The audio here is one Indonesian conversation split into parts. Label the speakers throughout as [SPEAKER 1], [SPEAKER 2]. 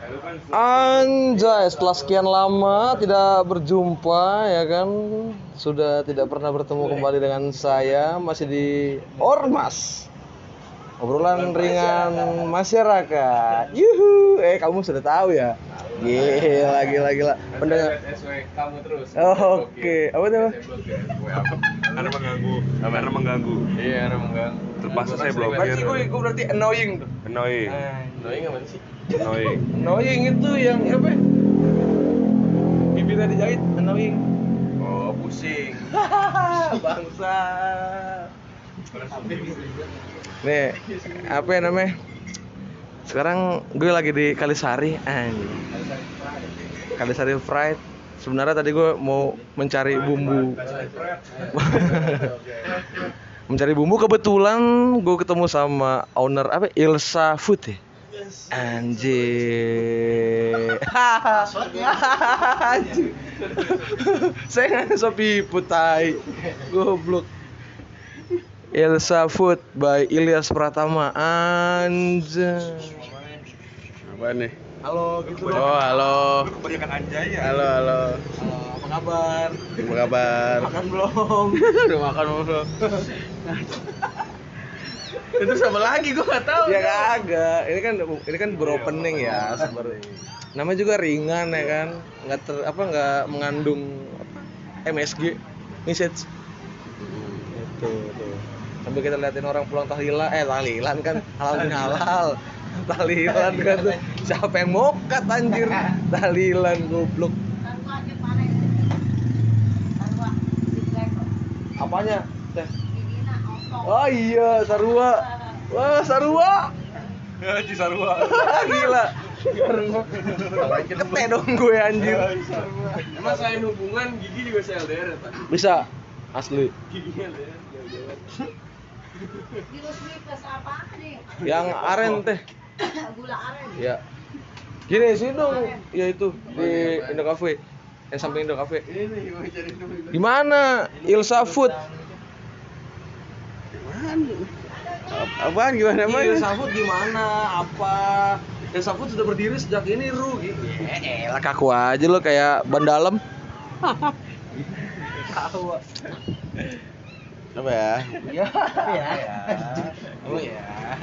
[SPEAKER 1] Anjay, setelah sekian lama tidak berjumpa ya kan, sudah tidak pernah bertemu kembali dengan saya, masih di Ormas, obrolan ringan masyarakat. Yuhu, kamu sudah tahu ya? Gila. Pendengar.
[SPEAKER 2] Kamu terus.
[SPEAKER 1] Oh, oke. Apa itu?
[SPEAKER 2] Karena mengganggu. Iya, karena mengganggu.
[SPEAKER 3] Terpaksa saya blokir.
[SPEAKER 1] Berarti gue berarti annoying tuh.
[SPEAKER 3] Annoying.
[SPEAKER 2] Annoying apa sih?
[SPEAKER 3] Annoying.
[SPEAKER 1] Annoying itu yang apa? Bibirnya dijahit, annoying.
[SPEAKER 2] Oh, pusing.
[SPEAKER 1] Bangsa. Nih, apa ya namanya? Sekarang gue lagi di Kalisari, Kalisari Fried. Sebenarnya tadi gue mau mencari bumbu. Mencari bumbu, kebetulan gue ketemu sama owner apa? Ilsa Food ya. Anjir. Saya nggak Shopee putai. Goblok. Ilsa Food by Ilyas Pratama. Anjir.
[SPEAKER 3] Apa nih?
[SPEAKER 1] Halo gitu dong.
[SPEAKER 3] Oh, halo.
[SPEAKER 2] Kebanyakan anjay ya.
[SPEAKER 3] Halo.
[SPEAKER 1] Halo, apa kabar?
[SPEAKER 3] Apa kabar?
[SPEAKER 1] Makan belum?
[SPEAKER 3] Udah makan belum?
[SPEAKER 1] Itu sama lagi gue nggak tahu. Ya kagak. Ini kan beropening ya sebenarnya. Namanya juga ringan ya kan. Nggak mengandung MSG, message. Itu tuh. Sambil kita liatin orang pulang tahlilan kan halal. Tahlilan kan tuh. Siapa yang mokat anjir? Tahlilan goblok. Apanya? Teh. Oh iya, sarua. Wah, sarua.
[SPEAKER 2] Haji Sarwa.
[SPEAKER 1] Gila. Kete dong gue anjir.
[SPEAKER 2] Emang selain hubungan, gigi juga LDR ya, Pak?
[SPEAKER 1] Bisa. Asli.
[SPEAKER 2] Giginya LDR, jauh-jauhan.
[SPEAKER 4] Virus plus apa nih?
[SPEAKER 1] Yang aren teh.
[SPEAKER 4] Gula aren.
[SPEAKER 1] Ya. Gini sih dong, ya itu di Indo Cafe. Yang samping Indo Cafe.
[SPEAKER 2] Ini gue cari dulu.
[SPEAKER 1] Gimana? Ilsa Food.
[SPEAKER 3] Apaan gimana namanya?
[SPEAKER 1] Ilsa Food gimana? Apa? Ilsa Food sudah berdiri sejak ini gitu. Elah kaku aja lo kayak ban dalam. Tahu.
[SPEAKER 3] Apa ya?
[SPEAKER 1] Ya. Oh ya.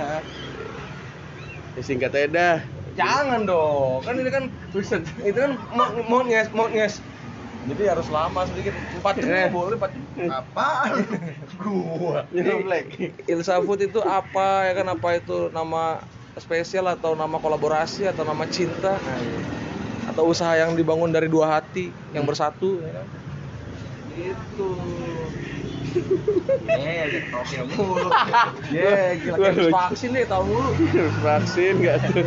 [SPEAKER 3] Ya, singkat aja dah.
[SPEAKER 1] Jangan dong. Kan ini kan tulisan. Itu kan mau nges. Jadi harus lama sedikit. 4 jam boleh 4 jam. Apaan? Gua. Ilsa Food itu apa ya kan, apa itu nama spesial atau nama kolaborasi atau nama cinta? Nah, atau usaha yang dibangun dari dua hati yang bersatu ya kan? Itu. Oke mulu. Gila kayak vaksin deh tahun dulu.
[SPEAKER 3] Vaksin enggak tuh?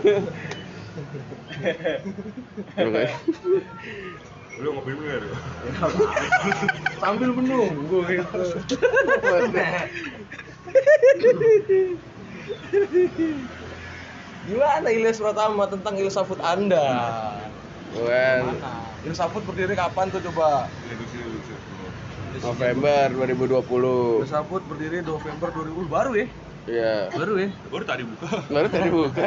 [SPEAKER 2] Lu ngopi dulu ya?
[SPEAKER 1] Sambil menunggu gitu. Gimana Ilyas Pratama tentang Ilsa Food Anda?
[SPEAKER 3] Well,
[SPEAKER 1] Ilsa Food berdiri kapan tuh coba?
[SPEAKER 3] November 2020.
[SPEAKER 1] Ilsa Food berdiri November 2020, baru ya?
[SPEAKER 3] Iya.
[SPEAKER 1] Baru ya?
[SPEAKER 2] Baru tadi buka.
[SPEAKER 3] Baru tadi buka.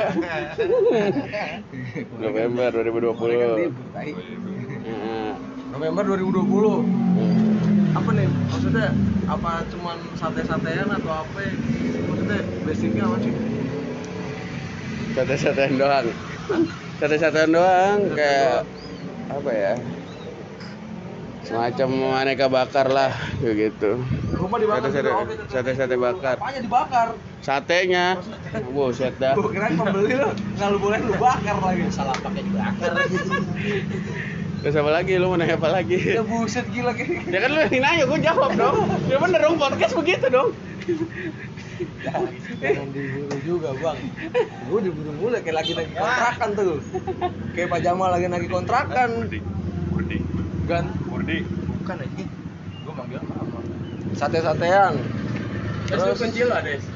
[SPEAKER 3] November 2020. Heeh.
[SPEAKER 1] November 2020. Apa nih? Maksudnya apa cuman sate-satean atau apa? Maksudnya basicnya apa sih?
[SPEAKER 3] Sate-satean doang. Sate-satean doang kayak apa ya? Semacam aneka bakar lah gitu.
[SPEAKER 1] Rumah dibakar juga, oke,
[SPEAKER 3] Sate bakar.
[SPEAKER 1] apanya dibakar?
[SPEAKER 3] Satenya. Buset dah.
[SPEAKER 1] Gue kira pembeli lu nggak lu boleh lu bakar lagi. Salah pakai dibakar.
[SPEAKER 3] Terus apa lagi? Lu mau nanya apa lagi?
[SPEAKER 1] Ya buset gila kayak.
[SPEAKER 3] Ya kan lu yang nanya, gue jawab dong. Ya bener dong, podcast begitu dong.
[SPEAKER 1] Jangan diburu juga bang. Gue diburu mulu kayak lagi kontrakan tuh. Kayak Pak Jamal lagi nagih kontrakan.
[SPEAKER 2] Burdi.
[SPEAKER 1] Gan.
[SPEAKER 2] Burdi.
[SPEAKER 1] Bukan aja. Gue manggil apa? Sate-satean.
[SPEAKER 2] Terus pencil ada ya?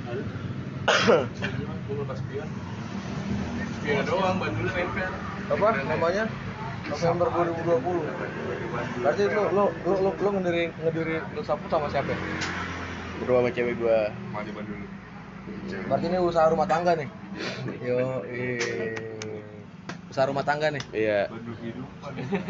[SPEAKER 2] Gue lepas spion. Spion doang, bandul nempel.
[SPEAKER 1] Apa namanya? November 2020. Berarti lu ngediri Ilsa Food sama siapa?
[SPEAKER 3] Berdua sama cewek gua.
[SPEAKER 2] Mandi bandul.
[SPEAKER 1] Berarti ini usaha rumah tangga nih. Yo, Usaha rumah tangga nih.
[SPEAKER 3] Iya.
[SPEAKER 2] Bandul kehidupan.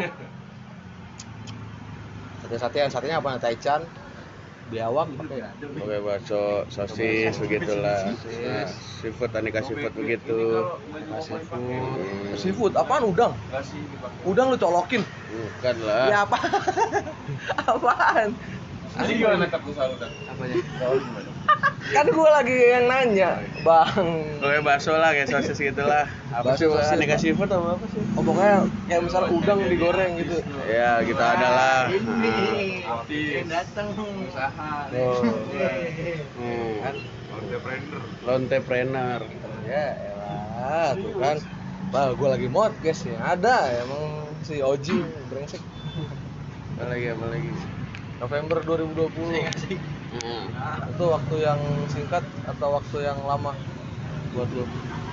[SPEAKER 1] Sate-satean apa? Taichan, biawak,
[SPEAKER 3] Pakai bakso, sosis begitulah. Nah, seafood aneka seafood begitu.
[SPEAKER 1] seafood. Apaan udang?
[SPEAKER 2] Kasih dipakai.
[SPEAKER 1] Udang lu colokin.
[SPEAKER 3] Bukan lah.
[SPEAKER 1] Ya apa? Apaan?
[SPEAKER 2] Jadi gimana tak usaha lu tak?
[SPEAKER 1] Apanya?
[SPEAKER 2] Kalau gimana?
[SPEAKER 1] Kan gua lagi yang nanya, Bang.
[SPEAKER 3] Pakai bakso lah, kayak sosis gitulah. Apa sih
[SPEAKER 1] Bakso,
[SPEAKER 3] aneka seafood atau apa sih?
[SPEAKER 1] Oh, pokoknya kayak misalnya udang digoreng gitu.
[SPEAKER 3] Ya, kita adalah.
[SPEAKER 2] Aktif.
[SPEAKER 4] Datang
[SPEAKER 2] Usaha.
[SPEAKER 3] Oh.
[SPEAKER 1] Kan?
[SPEAKER 2] Entrepreneur.
[SPEAKER 3] Lontepreneur.
[SPEAKER 1] Ya elah, tuh kan. Bah, gua lagi podcast ya. Ada emang si Oji brengsek.
[SPEAKER 3] Apa lagi?
[SPEAKER 1] November 2020. Itu waktu yang singkat atau waktu yang lama buat lu?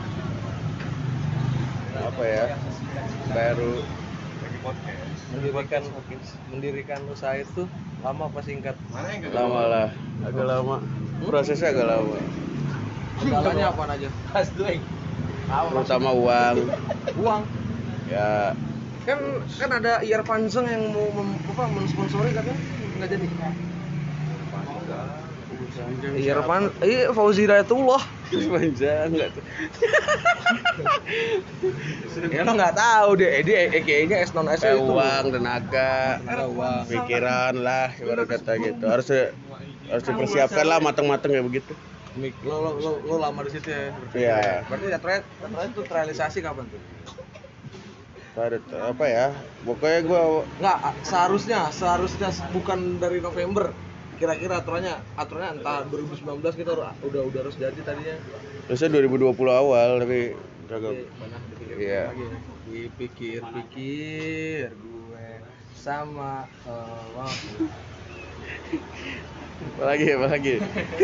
[SPEAKER 3] Apa ya? Baru
[SPEAKER 2] Lagi podcast.
[SPEAKER 1] Mendirikan usaha itu lama apa singkat?
[SPEAKER 2] Mana yang gak
[SPEAKER 3] lama lah, agak lama. Prosesnya agak lama.
[SPEAKER 1] Kendalanya apa aja?
[SPEAKER 2] Pas doing.
[SPEAKER 3] Terutama uang.
[SPEAKER 1] Uang.
[SPEAKER 3] Ya,
[SPEAKER 1] Kan ada IR Panzeng yang mau mensponsori katanya nggak jadi. Iya Fauzi Hidayatullah.
[SPEAKER 3] panjang enggak tuh.
[SPEAKER 1] Ya lo nggak tahu dia EKE-nya S non S
[SPEAKER 3] Kayak
[SPEAKER 1] itu.
[SPEAKER 3] uang, tenaga,
[SPEAKER 1] Uang.
[SPEAKER 3] pikiran lah, ibarat kata gitu. Harus dipersiapkan lah matang-matang kayak begitu.
[SPEAKER 1] Lo lama di situ ya.
[SPEAKER 3] Iya.
[SPEAKER 1] Berarti ternyata itu terrealisasi kapan tuh?
[SPEAKER 3] Ada apa ya? Pokoknya gua
[SPEAKER 1] Nggak, seharusnya bukan dari November. Kira-kira aturannya entah 2019 kita udah harus jadi tadinya.
[SPEAKER 3] terusnya 2020 awal tapi kagak.
[SPEAKER 1] Mana dipikir
[SPEAKER 3] Iya.
[SPEAKER 1] lagi. Dipikir-pikir gue sama waktu.
[SPEAKER 3] Apa lagi?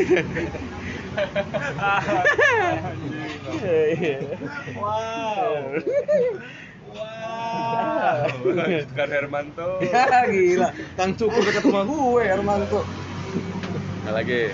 [SPEAKER 1] Wow.
[SPEAKER 2] Tukar Hermanto.
[SPEAKER 1] Ya gila, Kang Cukur dekat rumah gue, Hermanto.
[SPEAKER 3] Apa lagi?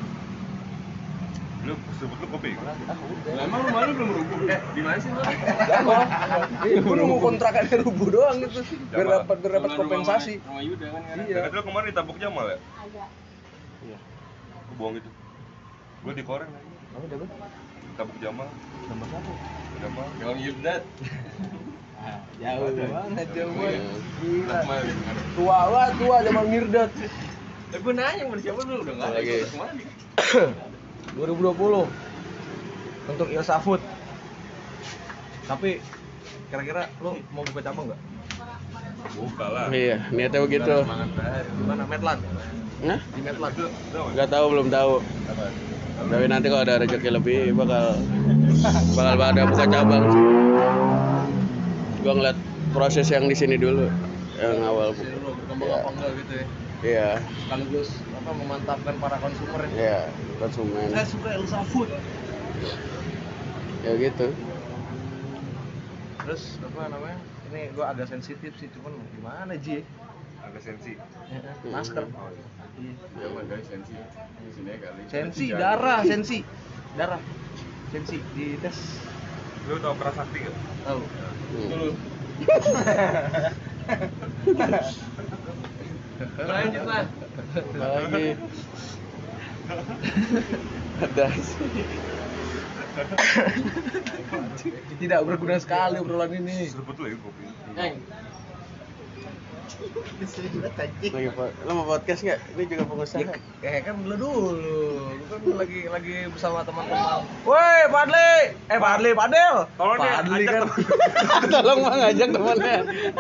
[SPEAKER 2] Lu sebut lu kopi.
[SPEAKER 1] Udah.
[SPEAKER 2] Lah emang rumah lu belum rubuh? Di mana sih lu?
[SPEAKER 1] Jangan. Gue nunggu kontrakannya rubuh doang gitu. Biar dapat kompensasi.
[SPEAKER 2] Rumah Yuda kan.
[SPEAKER 1] Iya.
[SPEAKER 2] Dekat lu kemarin ditabuk Jamal ya?
[SPEAKER 4] Agak.
[SPEAKER 1] Iya.
[SPEAKER 2] Gua buang itu. Gua di koreng lagi.
[SPEAKER 1] Apa dapat?
[SPEAKER 2] Ditabuk Jamal.
[SPEAKER 1] Nomor satu.
[SPEAKER 2] Jamal. Yang Yuda.
[SPEAKER 1] Jauh banget jauh banget.
[SPEAKER 2] Gila.
[SPEAKER 1] Tua Jamal Mirdad.
[SPEAKER 2] Gua nanya mau siapa lu udah enggak ada.
[SPEAKER 3] Lagi.
[SPEAKER 2] Kemana nih?
[SPEAKER 1] 2020 untuk Ilsa Food. Tapi kira-kira lu mau buka cabang nggak?
[SPEAKER 2] Buka lah.
[SPEAKER 3] Iya, niatnya begitu.
[SPEAKER 2] Semangat banget.
[SPEAKER 1] Di mana? Medlan.
[SPEAKER 3] Nah,
[SPEAKER 1] Di Medlan.
[SPEAKER 3] nggak tahu, belum tahu. Tapi nanti kalau ada rezeki lebih bakal ada buka cabang sih. Gua ngeliat proses yang di sini dulu, yang awal
[SPEAKER 1] Sini
[SPEAKER 3] buka.
[SPEAKER 1] dulu berkembang
[SPEAKER 3] Iya.
[SPEAKER 1] apa enggak gitu ya.
[SPEAKER 3] Iya,
[SPEAKER 1] Sekaligus memantapkan para konsumer ya.
[SPEAKER 3] iya, konsumen.
[SPEAKER 1] Saya suka Ilsa Food.
[SPEAKER 3] Ya gitu.
[SPEAKER 1] Terus apa namanya? Ini gua agak sensitif sih, cuman gimana Ji?
[SPEAKER 2] Agak sensi.
[SPEAKER 1] Masker.
[SPEAKER 2] Iya, mah guys sensi. Sini kali.
[SPEAKER 1] Sensi darah, sensi di tes.
[SPEAKER 2] Lu tau Prasakti enggak?
[SPEAKER 1] Tahu.
[SPEAKER 3] Hmm.
[SPEAKER 2] Lanjut lah.
[SPEAKER 3] Apalagi ada
[SPEAKER 1] Tidak berguna sekali obrolan ini.
[SPEAKER 2] Sebut lu ya kopi.
[SPEAKER 3] lagi lo mau podcast nggak? Ini juga pengusaha.
[SPEAKER 1] Ya kan dulu. Lu kan lagi bersama teman-teman. Woi, Padli. Padel.
[SPEAKER 2] Tolong deh,
[SPEAKER 1] Padli
[SPEAKER 2] ajak
[SPEAKER 1] kan.
[SPEAKER 3] Tolong mah ngajak temannya.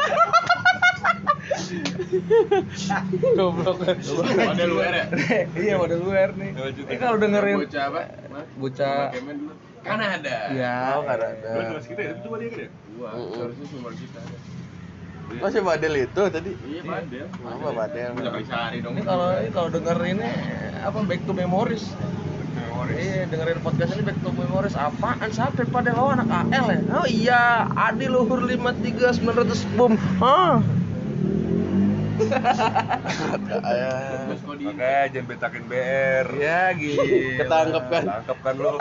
[SPEAKER 1] Goblok.
[SPEAKER 2] Model luar ya?
[SPEAKER 1] Iya, model luar nih. Ini kalau dengerin
[SPEAKER 2] Bocah apa?
[SPEAKER 1] bocah
[SPEAKER 2] Kemen dulu. Kan ada.
[SPEAKER 1] ya.
[SPEAKER 3] Oh, kan ada.
[SPEAKER 2] Lu kelas kita ya? Itu cuma dia kan ya? Gua.
[SPEAKER 3] Mm-mm.
[SPEAKER 2] Seharusnya cuma kita.
[SPEAKER 3] Masih Badel itu tadi?
[SPEAKER 2] Iya, Padel.
[SPEAKER 3] Apa Badel?
[SPEAKER 2] Udah kali sehari dong.
[SPEAKER 1] Ini kalau denger ini apa back to memories. Iya, dengerin podcast ini back to memories. Apaan sampai pada lo anak AL ya? Oh iya, Adi Luhur 53900 boom. Hah?
[SPEAKER 2] Makanya jangan betakin BR.
[SPEAKER 1] Ya gitu.
[SPEAKER 3] Ketangkep kan?
[SPEAKER 2] Tangkap kan lu.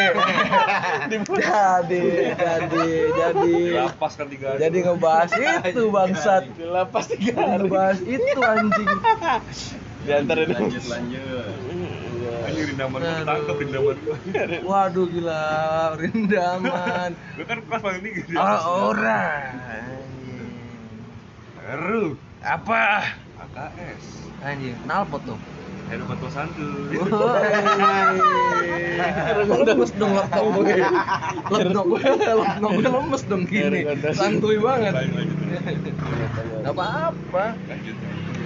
[SPEAKER 1] jadi
[SPEAKER 2] Lapas kan 3 hari.
[SPEAKER 1] jadi ngebahas itu bangsat.
[SPEAKER 3] Dilapas 3
[SPEAKER 1] Jadi
[SPEAKER 3] hari.
[SPEAKER 1] ngebahas itu anjing.
[SPEAKER 3] Diantarin.
[SPEAKER 2] lanjut. Anjing rindaman gua ketangkep rindaman gua.
[SPEAKER 1] Waduh gila, rindaman.
[SPEAKER 2] Gua kan kelas paling tinggi.
[SPEAKER 1] Orang.
[SPEAKER 2] Baru
[SPEAKER 1] Apa?
[SPEAKER 2] AKS.
[SPEAKER 1] Anjing, knalpot tuh.
[SPEAKER 2] Hebat tua santuy.
[SPEAKER 1] Lemes dong laptop gue. Laptop gue lemes dong gini. Santuy banget.
[SPEAKER 2] Lanjut.
[SPEAKER 1] Gak apa-apa.
[SPEAKER 2] Lanjut.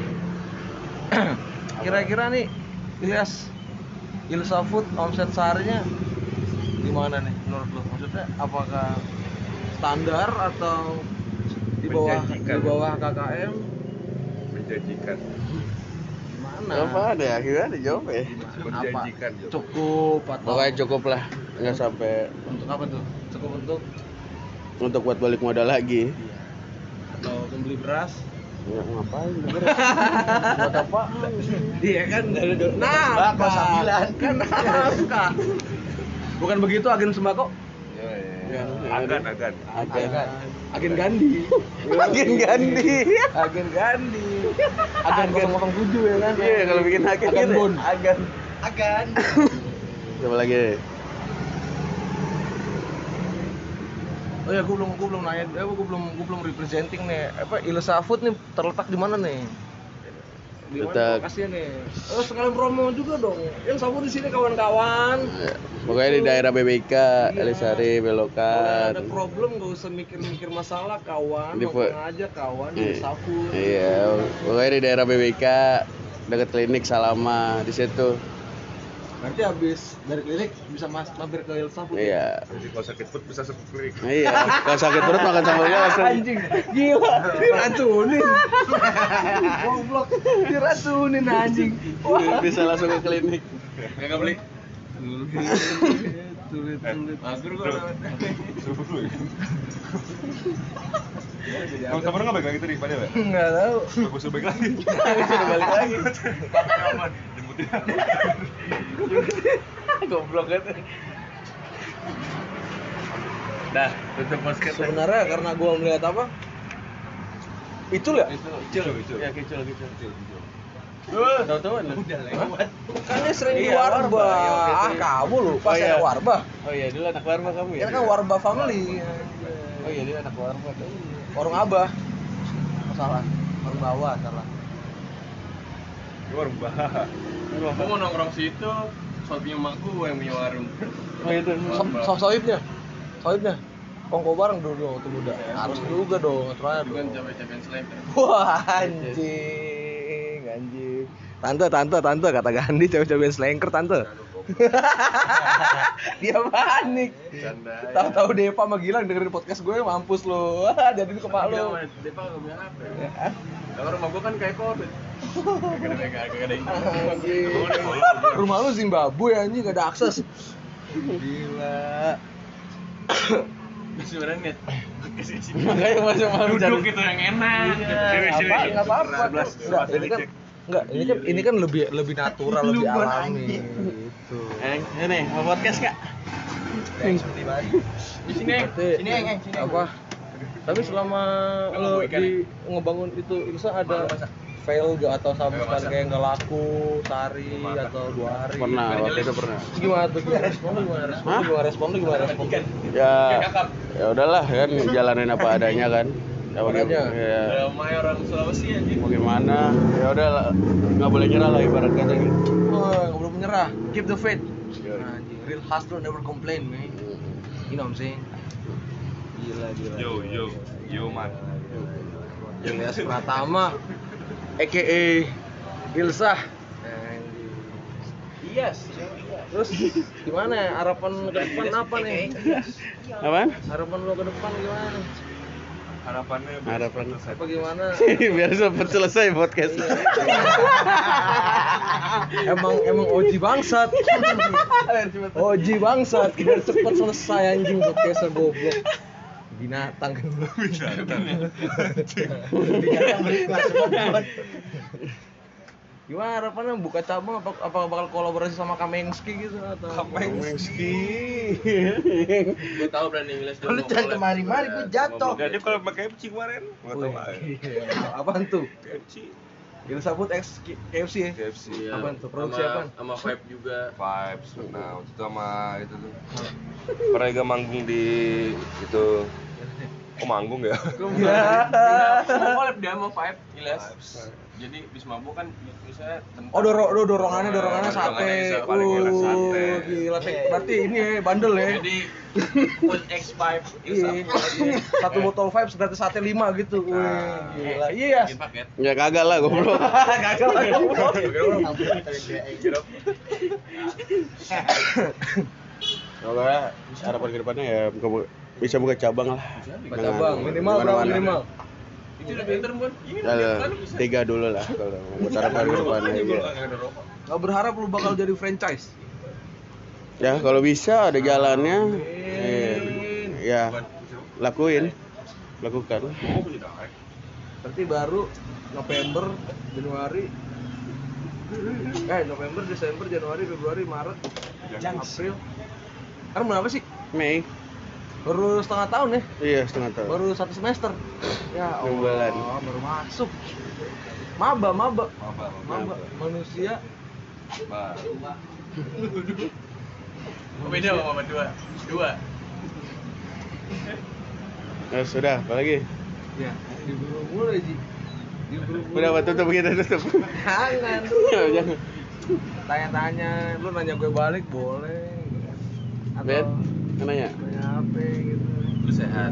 [SPEAKER 1] Kira-kira nih, Ilyas, Ilsa Food omset seharinya gimana nih menurut lo? Maksudnya apakah standar atau di bawah KKM?
[SPEAKER 2] Menjanjikan.
[SPEAKER 1] Gimana?
[SPEAKER 3] Apa ada? Gimana jawab ya?
[SPEAKER 1] Apa?
[SPEAKER 2] Menjanjikan.
[SPEAKER 1] Cukup atau
[SPEAKER 3] Pokoknya cukup lah, nggak sampai
[SPEAKER 1] untuk apa tuh? Cukup untuk
[SPEAKER 3] buat balik modal lagi.
[SPEAKER 1] atau membeli beras?
[SPEAKER 3] Ya, ngapain? Buat apa?
[SPEAKER 1] Iya kan dari nafkah sambilan kan nafkah. Bukan begitu agen sembako?
[SPEAKER 2] Agan.
[SPEAKER 1] Agen Gandhi. Agen Gandhi. Agen 007 ya kan?
[SPEAKER 3] Iya, kalau bikin agen
[SPEAKER 1] Agen
[SPEAKER 3] gitu.
[SPEAKER 1] Bon.
[SPEAKER 3] Agan. Coba lagi.
[SPEAKER 1] Oh ya, gue belum nanya, gue belum representing nih. Apa Ilsa Food nih terletak di mana nih? Di mana
[SPEAKER 3] Letak.
[SPEAKER 1] lokasinya nih? Oh, sekalian promo juga dong. Ilsa Food di sini kawan-kawan.
[SPEAKER 3] Ya, pokoknya di daerah BBK, Elisari,
[SPEAKER 1] Kalau
[SPEAKER 3] belokan.
[SPEAKER 1] ada problem gak usah mikir-mikir masalah kawan,
[SPEAKER 3] Di
[SPEAKER 1] ngomong aja kawan,
[SPEAKER 3] Iya.
[SPEAKER 1] Ilsa Food.
[SPEAKER 3] Iya, pokoknya di daerah BBK dekat klinik Salama di situ.
[SPEAKER 1] Nanti habis dari klinik bisa mampir ke Ilsa Food.
[SPEAKER 3] Iya.
[SPEAKER 2] Jadi kalau sakit perut bisa sakit klik.
[SPEAKER 3] Iya, kalau sakit perut makan sambal langsung.
[SPEAKER 1] Anjing, gila, diracunin. Goblok, diracunin anjing. Wah,
[SPEAKER 3] Bisa langsung ke klinik.
[SPEAKER 2] Enggak beli.
[SPEAKER 1] sulit.
[SPEAKER 2] Mager gua. Suruh dulu ya. Kamu temen nggak balik lagi tadi pada ya?
[SPEAKER 1] Enggak tahu.
[SPEAKER 2] Gue suruh balik lagi.
[SPEAKER 1] Sudah balik lagi.
[SPEAKER 2] Aman. Jemputin.
[SPEAKER 3] Goblok kan. Dah, tutup podcast.
[SPEAKER 1] Sebenarnya karena gua melihat apa? Icul ya?
[SPEAKER 2] Kicil.
[SPEAKER 3] Ya kicil.
[SPEAKER 2] Tahu-tahu
[SPEAKER 3] Udah lewat.
[SPEAKER 1] Kan dia sering di
[SPEAKER 3] Iya,
[SPEAKER 1] Warba.
[SPEAKER 3] Warba, iya, oke,
[SPEAKER 1] Ah,
[SPEAKER 3] terus.
[SPEAKER 1] kamu lu pas
[SPEAKER 3] Oh, iya.
[SPEAKER 1] ada Warba.
[SPEAKER 3] Oh iya, dulu anak Warma kamu ya?
[SPEAKER 1] Kan kan Warba family.
[SPEAKER 3] Oh iya, dia anak Warma.
[SPEAKER 1] Warung Abah. Salah. Warung bawah salah.
[SPEAKER 2] Gue orang bah.
[SPEAKER 5] Gue mau nongkrong situ, soal punya emak gue yang punya warung.
[SPEAKER 3] Oh itu.
[SPEAKER 1] Soibnya. Kongko bareng dulu waktu muda. Harus juga dong, terus
[SPEAKER 5] Bukan capek-capekin seleper.
[SPEAKER 1] Wah, anjing. Tante kata Gandhi cewek-cewek slanker tante. Dia panik.
[SPEAKER 5] Canda.
[SPEAKER 1] Tahu-tahu Depa sama Gilang dengerin podcast gue mampus lo. Wah, jadi di kepala lo.
[SPEAKER 5] Dia pak nggak bilang apa ya? Kalau rumah gue kan kayak kode. Kagak ada yang.
[SPEAKER 1] Anjing. Rumah lu Zimbabwe anjing, gak ada akses. Gila.
[SPEAKER 5] Sebenarnya niat kasih sini.
[SPEAKER 3] Makanya masuk malu
[SPEAKER 5] Duduk gitu yang enak.
[SPEAKER 1] Enggak apa-apa. Enggak, ini kan lebih natural, lebih alami gitu.
[SPEAKER 3] Ini mau podcast Kak?
[SPEAKER 5] Di sini. Sini yang sini.
[SPEAKER 1] Apa? Tapi selama lo di ngebangun itu Ilsa ada fail gak atau sama sekali kayak nggak laku sehari atau 2 hari?
[SPEAKER 3] Pernah, waktu itu pernah.
[SPEAKER 1] Gimana tuh? Respon lu gimana?
[SPEAKER 3] Ya udahlah kan jalanin apa adanya kan.
[SPEAKER 1] Apa adanya?
[SPEAKER 3] Ya,
[SPEAKER 5] Ramai orang Sulawesi aja.
[SPEAKER 3] mau gimana? Ya udah nggak boleh nyerah lah ibarat kata gitu.
[SPEAKER 1] Oh, nggak boleh menyerah. Keep the faith. Anjing, real hustler never complain, man. You know what I'm saying? Gila.
[SPEAKER 2] Yo man.
[SPEAKER 1] Ilyas Pratama, a.k.a. Ilsa. Yes. Terus gimana ya? Harapan ke depan apa nih?
[SPEAKER 3] Apaan?
[SPEAKER 1] Harapan lo ke depan gimana?
[SPEAKER 2] Harapannya
[SPEAKER 1] Apa gimana?
[SPEAKER 3] Biar cepet selesai podcastnya.
[SPEAKER 1] emang Oji bangsat. Oji bangsat. Biar cepet selesai anjing podcastnya goblok. binatang kan.
[SPEAKER 6] Binatang berkelas banget.
[SPEAKER 1] Gimana harapannya buka cabang apa bakal kolaborasi sama Kamengski gitu atau
[SPEAKER 3] Kamengski.
[SPEAKER 5] Gue tahu brand Inggris
[SPEAKER 6] Lu jangan kemari-mari gue jatuh.
[SPEAKER 2] Jadi kalau pakai KFC kemarin, nggak tahu lah.
[SPEAKER 1] Apaan tuh?
[SPEAKER 2] KFC,
[SPEAKER 1] Yang sabut X KFC ya?
[SPEAKER 2] KFC,
[SPEAKER 5] Iya,
[SPEAKER 1] Apaan tuh? Produksi apaan?
[SPEAKER 5] sama Vibe juga.
[SPEAKER 2] Vibes. Nah, waktu itu sama itu tuh. Pernah manggung di itu. Oh manggung ya?
[SPEAKER 1] Ya.
[SPEAKER 5] Mau collab dia sama Vibe, Iles. Jadi bis mabuk kan misalnya
[SPEAKER 1] Oh dorongannya sate.
[SPEAKER 2] Paling enak sate.
[SPEAKER 1] Gila berarti ini ya bandel ya.
[SPEAKER 5] Jadi full X5
[SPEAKER 1] Iya. Satu botol vibes gratis sate 5 gitu. Wih, gila. Iya.
[SPEAKER 5] bikin paket.
[SPEAKER 3] Ya kagak lah goblok.
[SPEAKER 1] Gagal lah goblok.
[SPEAKER 3] Pokoknya harapan ke depannya ya bisa buka cabang lah.
[SPEAKER 1] Buka cabang, minimal berapa minimal?
[SPEAKER 5] Itu udah pinter, Bun. Ini
[SPEAKER 3] Ya, 3 dulu lah kalau buat harapan ke depannya. Ya.
[SPEAKER 1] Gak berharap lu bakal jadi franchise.
[SPEAKER 3] Ya kalau bisa ada jalannya,
[SPEAKER 1] Amin.
[SPEAKER 3] ya lakukan.
[SPEAKER 1] Berarti baru November, Januari, November, Desember, Januari, Februari, Maret, April. Kan berapa sih?
[SPEAKER 3] Mei,
[SPEAKER 1] Baru setengah tahun ya?
[SPEAKER 3] iya setengah tahun.
[SPEAKER 1] Baru 1 semester. Ya
[SPEAKER 3] Dua bulan.
[SPEAKER 1] Allah, baru masuk. Maba. Manusia.
[SPEAKER 5] Beda sama dua.
[SPEAKER 3] Nah, sudah, apa lagi?
[SPEAKER 1] Ya, diburu mulai Ji.
[SPEAKER 3] Udah apa tutup kita tutup.
[SPEAKER 1] Jangan
[SPEAKER 3] Jangan.
[SPEAKER 1] tanya-tanya, lu nanya gue balik boleh.
[SPEAKER 3] Bet, nanya.
[SPEAKER 1] Nanya apa gitu.
[SPEAKER 5] Lu sehat.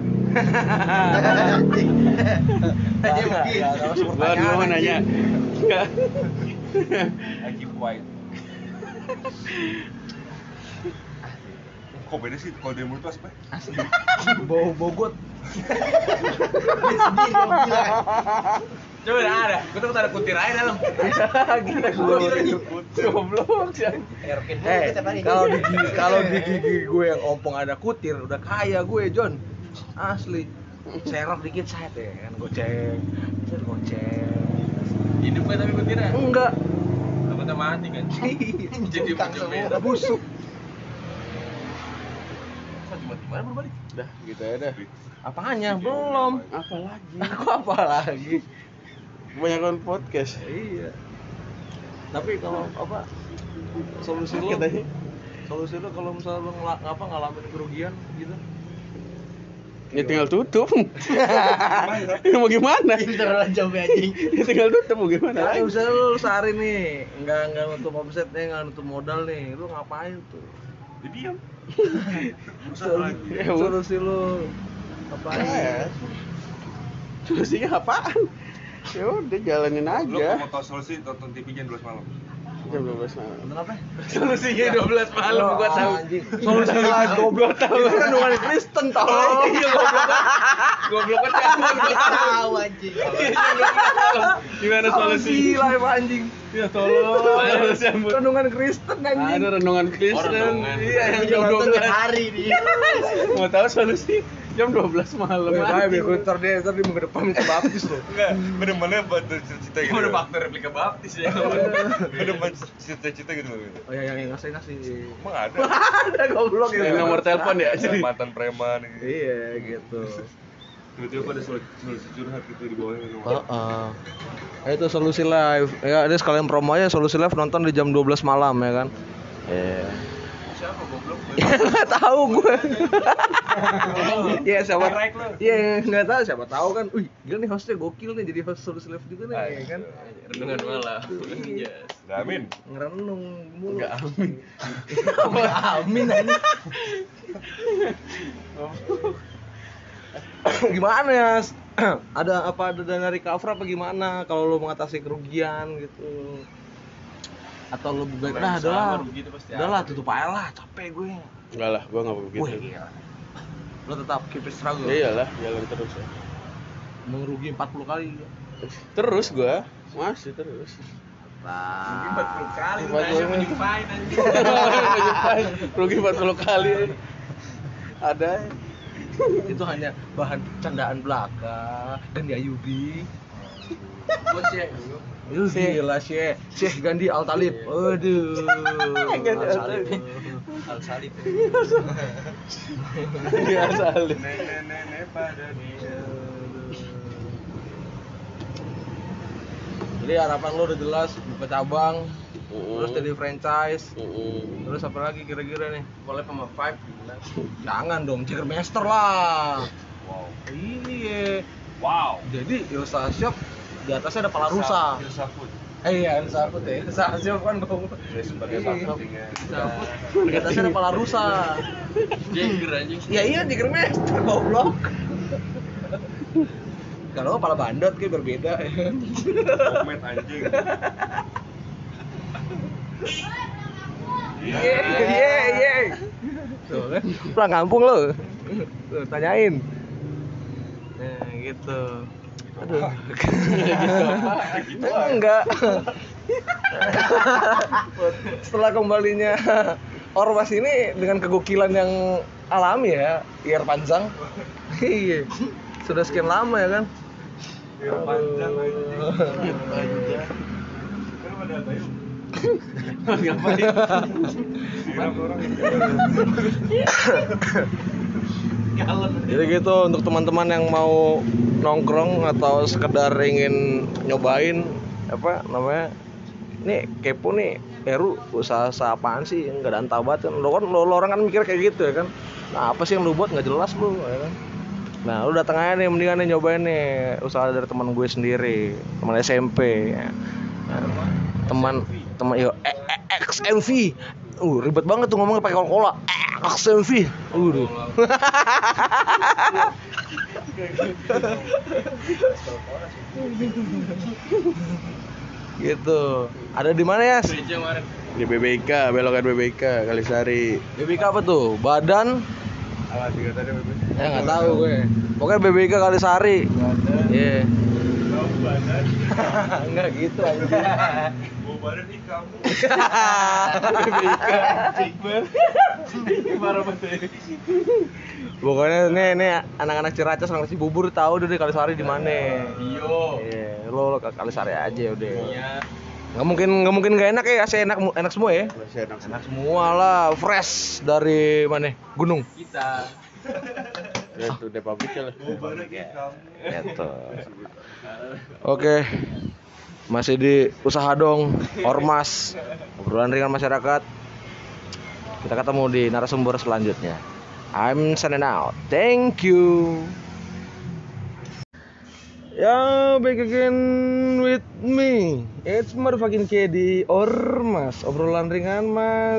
[SPEAKER 6] Dia begitu.
[SPEAKER 3] Gua mau nanya.
[SPEAKER 2] I keep quiet. Kok beda sih kalau dia mulut tuh apa?
[SPEAKER 1] Bau bogot.
[SPEAKER 5] Coba ada. Gue tuh ada kutir aja dalam.
[SPEAKER 1] Gila goblok. Kalau di gigi gue yang ompong ada kutir, udah kaya gue, John. Asli. Serok dikit saya ya kan goceng.
[SPEAKER 5] Hidup kan tapi kutirnya.
[SPEAKER 1] Enggak.
[SPEAKER 5] Takutnya mati kan. Jadi
[SPEAKER 1] Udah busuk.
[SPEAKER 5] Cuma gimana berbalik?
[SPEAKER 3] Dah, gitu ya dah.
[SPEAKER 1] Apanya? Belum.
[SPEAKER 3] Apa lagi?
[SPEAKER 1] Aku apa lagi?
[SPEAKER 3] Kebanyakan podcast.
[SPEAKER 1] Iya. Tapi kalau apa solusi lu?
[SPEAKER 3] Katanya.
[SPEAKER 1] Solusi lu kalau misalnya lu ngalamin kerugian gitu.
[SPEAKER 3] Ya tinggal tutup. Mau gimana?
[SPEAKER 6] Pinter lah jawabnya anjing.
[SPEAKER 3] Ya tinggal tutup mau gimana?
[SPEAKER 1] Nah, misalnya lu sehari nih, enggak nutup omsetnya, enggak nutup modal nih, lu ngapain tuh?
[SPEAKER 2] Diam.
[SPEAKER 1] Solusi lu apa ya?
[SPEAKER 3] Solusinya apaan? Ya udah jalanin
[SPEAKER 2] Lu
[SPEAKER 3] aja.
[SPEAKER 2] mau tahu solusi tonton TV jam 12 malam.
[SPEAKER 3] Jam 12 malam.
[SPEAKER 1] Kenapa?
[SPEAKER 5] Solusinya 12 malam gua tahu.
[SPEAKER 1] Solusi lah goblok tahu. Itu kan dengan Kristen tahu.
[SPEAKER 5] Iya goblok kan gua tahu
[SPEAKER 6] Anjing.
[SPEAKER 3] Gimana solusi?
[SPEAKER 1] Live anjing.
[SPEAKER 3] Ya tolong.
[SPEAKER 1] Renungan Kristen anjing.
[SPEAKER 3] Ada renungan Kristen.
[SPEAKER 5] renungan.
[SPEAKER 3] Iya, yang
[SPEAKER 6] Jam
[SPEAKER 3] jam 12.
[SPEAKER 6] hari nih.
[SPEAKER 3] Mau tahu solusi? Jam 12 malam.
[SPEAKER 1] Kayak biar ntar dia minggu depan minta baptis loh.
[SPEAKER 2] Enggak, bener-bener buat cerita gitu.
[SPEAKER 5] Udah faktor replika baptis ya.
[SPEAKER 2] Bener-bener cerita-cerita gitu.
[SPEAKER 1] Oh ya yang ngasih.
[SPEAKER 2] Emang ada.
[SPEAKER 1] Ada goblok
[SPEAKER 3] Yang
[SPEAKER 1] gitu.
[SPEAKER 3] nomor telepon ya. Jadi
[SPEAKER 2] Mantan preman gitu.
[SPEAKER 1] Iya gitu.
[SPEAKER 2] Tiba-tiba ada solusi curhat gitu di bawahnya gitu.
[SPEAKER 1] Itu solusi live. Ya, ini sekalian promo aja solusi live nonton di jam 12 malam ya kan. Iya.
[SPEAKER 5] Siapa goblok?
[SPEAKER 1] Enggak tahu gue. Iya, siapa? Iya, enggak tahu siapa tahu kan. Wih, gila nih hostnya gokil nih jadi host solusi live juga nih ya kan.
[SPEAKER 5] Renungan malam. Yes.
[SPEAKER 2] Udah amin.
[SPEAKER 1] Ngerenung mulu.
[SPEAKER 3] enggak amin.
[SPEAKER 1] Amin aja. Gimana ya? Ada dana recover apa gimana kalau lo mengatasi kerugian gitu? Atau lo baik dah adalah
[SPEAKER 5] Rugi itu pasti
[SPEAKER 1] udahlah
[SPEAKER 5] ada.
[SPEAKER 1] tutup aja lah, capek gue.
[SPEAKER 3] Enggak lah, gua enggak begitu.
[SPEAKER 1] Wih, gila. Lo tetap keep it struggle.
[SPEAKER 3] Ya iyalah, jalan terus ya.
[SPEAKER 1] Merugi 40 kali.
[SPEAKER 3] Terus gua masih terus.
[SPEAKER 5] Mungkin 40 kali lu
[SPEAKER 3] 40
[SPEAKER 5] nanya menyumpain anjing.
[SPEAKER 3] Rugi 40 kali. Ada.
[SPEAKER 1] Itu hanya bahan candaan belaka dan Ayubi. Gila Syekh Gandhi Al Talib. Aduh. Al Salib. Al Salib. Al Salib.
[SPEAKER 2] Nenek pada dia.
[SPEAKER 1] Jadi harapan lu udah jelas buka cabang, terus jadi franchise. Terus apa lagi kira-kira nih?
[SPEAKER 5] Collab sama Five gila.
[SPEAKER 1] Jangan dong, Jagermeister lah.
[SPEAKER 2] Wow.
[SPEAKER 1] Iya.
[SPEAKER 2] Wow.
[SPEAKER 1] Jadi Ilsa Shop di atasnya ada pala rusa.
[SPEAKER 2] Ilsa Food.
[SPEAKER 1] Iya, Ilsa Food ya. Ilsa Shop kan dong.
[SPEAKER 2] Saya sebagai
[SPEAKER 1] Iya.
[SPEAKER 2] marketingnya.
[SPEAKER 1] Di atasnya ada pala rusa.
[SPEAKER 5] Jagger anjing.
[SPEAKER 1] Ya iya, Jagermeister goblok. Kalau pala bandot kayak berbeda ya.
[SPEAKER 2] Komet anjing.
[SPEAKER 1] Iya. Tuh kan, pulang kampung lo. Tuh, tanyain. Nah, gitu. Aduh. Enggak. Setelah kembalinya Ormas ini dengan kegokilan yang alami ya, Iyer Panjang. Iya. Sudah sekian lama ya kan?
[SPEAKER 2] Panjang
[SPEAKER 1] Jadi gitu untuk teman-teman yang mau nongkrong atau sekedar ingin nyobain apa namanya, nih kepo nih Heru usaha apaan sih yang nggak ada antah banget kan, lo orang kan mikir kayak gitu ya kan, nah apa sih yang lu buat nggak jelas lu ya kan. Nah lu datang aja nih, mendingan nih nyobain nih usaha dari teman gue sendiri, teman SMP ya. Nah, teman yo XMV. Ribet banget tuh ngomongnya pakai Coca-Cola. XMV. Gitu. Ada di mana ya?
[SPEAKER 3] Di BBK, belokan BBK Kalisari.
[SPEAKER 1] BBK apa tuh? Badan?
[SPEAKER 2] Alah tiga tadi BBK.
[SPEAKER 1] Nggak tahu gue. Pokoknya BBK Kalisari. Iya.
[SPEAKER 2] Badan.
[SPEAKER 1] Enggak gitu anjing.
[SPEAKER 2] Bau badan nih kamu.
[SPEAKER 1] Pokoknya nih anak-anak Ciracas orang Cibubur tahu deh Kalisari di mana.
[SPEAKER 5] Iyo.
[SPEAKER 1] Iya, lo ke Kalisari aja udah.
[SPEAKER 5] Iya.
[SPEAKER 1] Nggak mungkin nggak enak ya, AC enak semua ya.
[SPEAKER 3] Masih enak
[SPEAKER 1] Enak semua lah, fresh dari mana? Gunung.
[SPEAKER 5] Kita.
[SPEAKER 3] ya tuh deh pabriknya lah.
[SPEAKER 2] Bau badan nih kamu.
[SPEAKER 1] Gitu. Oke. Masih di usaha dong, Ormas, obrolan ringan masyarakat. Kita ketemu di narasumber selanjutnya. I'm signing out. Thank you. Ya, back again with me. It's motherfucking Kedi Ormas, obrolan ringan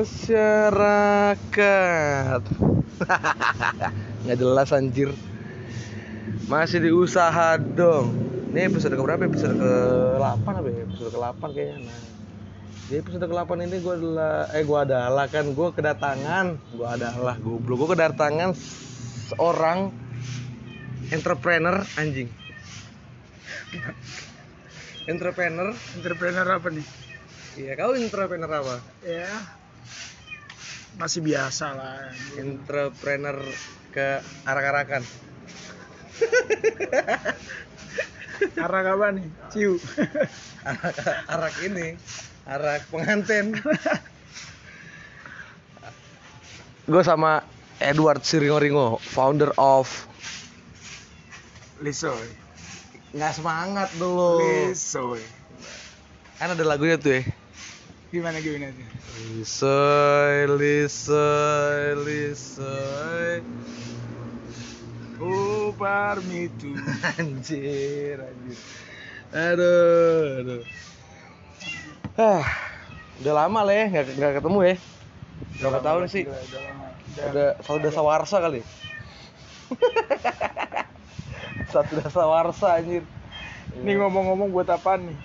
[SPEAKER 1] masyarakat. Nggak jelas anjir. Masih di usaha dong. Ini episode keberapa? Episode ke-8 apa ya? Episode ke-8 kayaknya. Nah, di episode ke-8 ini gue kedatangan seorang entrepreneur anjing.
[SPEAKER 6] Entrepreneur apa nih?
[SPEAKER 1] Iya, kau entrepreneur apa?
[SPEAKER 6] Ya, masih biasa lah.
[SPEAKER 1] Entrepreneur ke arak-arakan.
[SPEAKER 6] Arak apa nih? Ciu.
[SPEAKER 1] Arak ini, arak pengantin. Gue sama Edward Siringo-Ringo, founder of
[SPEAKER 6] Lisoy.
[SPEAKER 1] nggak semangat dulu.
[SPEAKER 6] Lisoy.
[SPEAKER 1] Kan ada lagunya tuh ya.
[SPEAKER 6] Gimana tuh?
[SPEAKER 1] Lisoy.
[SPEAKER 6] Oh, parmitu.
[SPEAKER 1] Anjir. Aduh. Udah lama lah ya, nggak ketemu ya. Berapa tahun sih? Ada satu dasawarsa kali. Satu dasawarsa anjir.
[SPEAKER 6] Ini ngomong-ngomong buat apaan nih?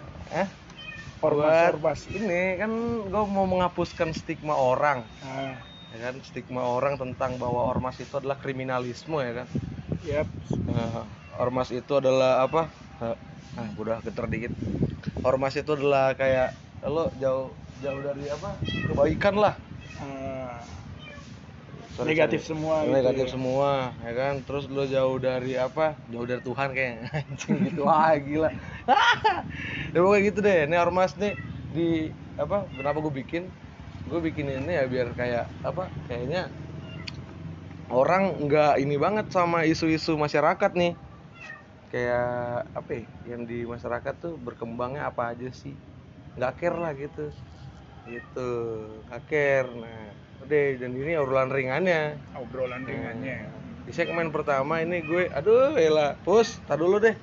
[SPEAKER 6] Ormas.
[SPEAKER 1] Ini kan gue mau menghapuskan stigma orang.
[SPEAKER 6] Ah,
[SPEAKER 1] Ya kan, stigma orang tentang bahwa ormas itu adalah kriminalisme ya kan.
[SPEAKER 6] yap.
[SPEAKER 1] Ormas itu adalah apa? Udah geter dikit. Ormas itu adalah kayak lo jauh dari apa? Kebaikan lah.
[SPEAKER 6] Ah, Negatif semua gitu
[SPEAKER 1] negatif
[SPEAKER 6] ya.
[SPEAKER 1] semua ya kan, terus lo jauh dari Tuhan kayak anjing gitu. Wah gila. Ya pokoknya gitu deh. Nih ormas nih di kenapa gue bikin ini ya biar kayak kayaknya orang nggak ini banget sama isu-isu masyarakat nih, kayak yang di masyarakat tuh berkembangnya apa aja sih, nggak care lah gitu nggak care. Nah udah, dan ini obrolan ringannya. Di segmen pertama ini gue tar dulu deh.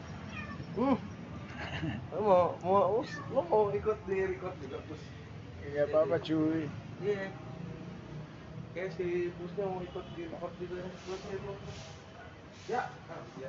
[SPEAKER 1] Lo mau ikut di record juga, Pus?
[SPEAKER 6] Enggak apa-apa cuy.
[SPEAKER 1] Iya. Kayak si Pusnya mau ikut di record juga ya. Ya. Ya.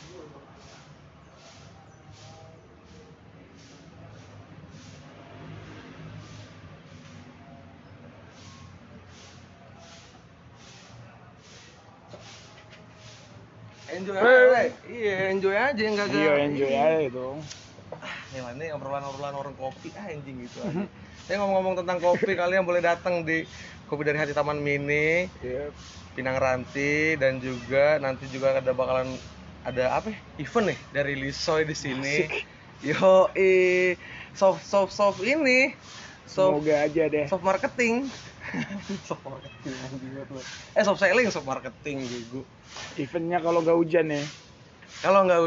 [SPEAKER 1] Enjoy aja, enjoy aja enggak.
[SPEAKER 6] Iya, enjoy aja itu.
[SPEAKER 1] Ini obrolan orang kopi anjing gitu aja. Saya ngomong-ngomong tentang kopi, kalian boleh datang di Kopi dari Hati Taman Mini, Pinang Ranti, dan juga nanti juga bakalan ada event nih dari Lisoy di sini. Yo, soft ini.
[SPEAKER 6] Semoga aja deh.
[SPEAKER 1] Soft marketing. Soft selling, soft marketing gitu.
[SPEAKER 6] Eventnya kalau nggak hujan ya.
[SPEAKER 1] Kalau nggak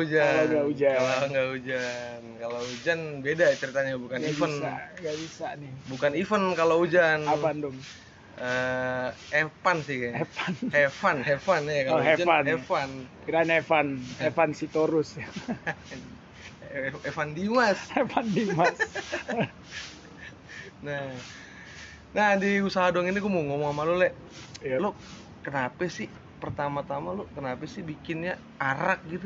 [SPEAKER 1] hujan beda ceritanya, bukan
[SPEAKER 6] Gak
[SPEAKER 1] event.
[SPEAKER 6] Nggak bisa nih.
[SPEAKER 1] Bukan event kalau hujan.
[SPEAKER 6] Apaan dong?
[SPEAKER 1] Evan sih kayaknya. Evan ya kalau hujan. Evan.
[SPEAKER 6] Kirain Evan Sitorus.
[SPEAKER 1] Evan Dimas.
[SPEAKER 6] Evan Dimas.
[SPEAKER 1] Nah di usaha dong ini gue mau ngomong sama lo, Le.
[SPEAKER 6] Yep.
[SPEAKER 1] Lo kenapa sih pertama-tama lo bikinnya arak gitu?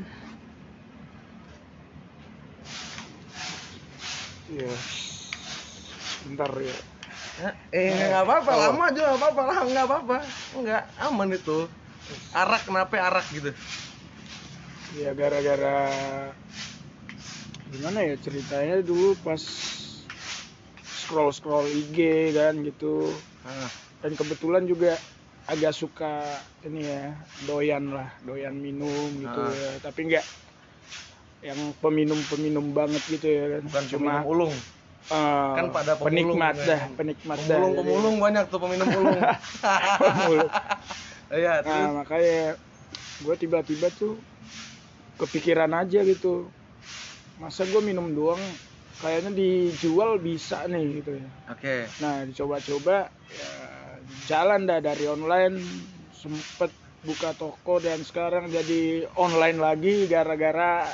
[SPEAKER 6] Iya. Bentar ya.
[SPEAKER 1] Nggak apa-apa, lama aja nggak apa-apa, nggak aman itu. Arak, kenapa arak gitu?
[SPEAKER 6] Ya gara-gara gimana ya ceritanya, dulu pas scroll IG kan gitu. Dan kebetulan juga agak suka ini ya, doyan minum gitu ya. Tapi enggak yang peminum banget gitu ya kan.
[SPEAKER 1] Bukan
[SPEAKER 6] cuma
[SPEAKER 1] peminum ulung. Kan pada pemulung,
[SPEAKER 6] penikmat
[SPEAKER 1] pemulung banyak tuh peminum ulung.
[SPEAKER 6] Pemulung.
[SPEAKER 1] Iya,
[SPEAKER 6] Nah makanya gue tiba-tiba tuh kepikiran aja gitu, masa gue minum doang, kayaknya dijual bisa nih gitu ya.
[SPEAKER 1] Oke.
[SPEAKER 6] Nah dicoba-coba ya, jalan dah dari online, sempet buka toko dan sekarang jadi online lagi gara-gara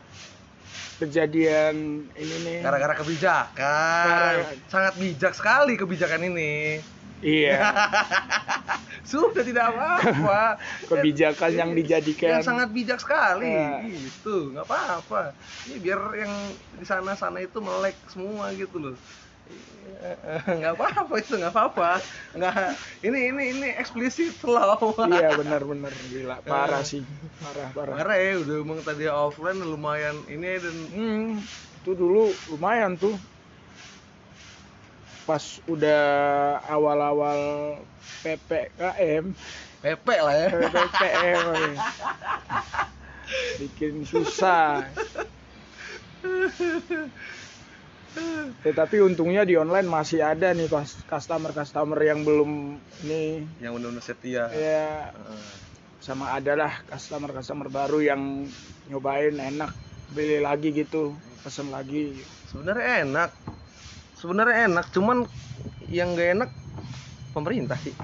[SPEAKER 6] kejadian ini nih.
[SPEAKER 1] Gara-gara kebijakan. Sangat bijak sekali kebijakan ini.
[SPEAKER 6] Iya.
[SPEAKER 1] Sudah tidak apa-apa.
[SPEAKER 6] Kebijakan yang dijadikan.
[SPEAKER 1] Yang sangat bijak sekali. Gitu, nggak apa-apa. Ini biar yang di sana-sana itu melek semua gitu loh. Nggak apa-apa itu, nggak apa-apa. Nggak. Ini eksplisit loh.
[SPEAKER 6] Iya benar-benar gila, parah sih, parah.
[SPEAKER 1] Parah ya, udah emang tadi offline lumayan ini dan
[SPEAKER 6] itu dulu lumayan tuh. Pas udah awal-awal PPKM,
[SPEAKER 1] PP lah ya.
[SPEAKER 6] PPKM bikin susah. Tetapi untungnya di online masih ada nih pas customer yang belum ini,
[SPEAKER 1] yang benar-benar setia.
[SPEAKER 6] Ya, sama adalah customer baru yang nyobain enak, beli lagi gitu, pesen lagi. Sebenarnya enak, cuman yang nggak enak pemerintah sih.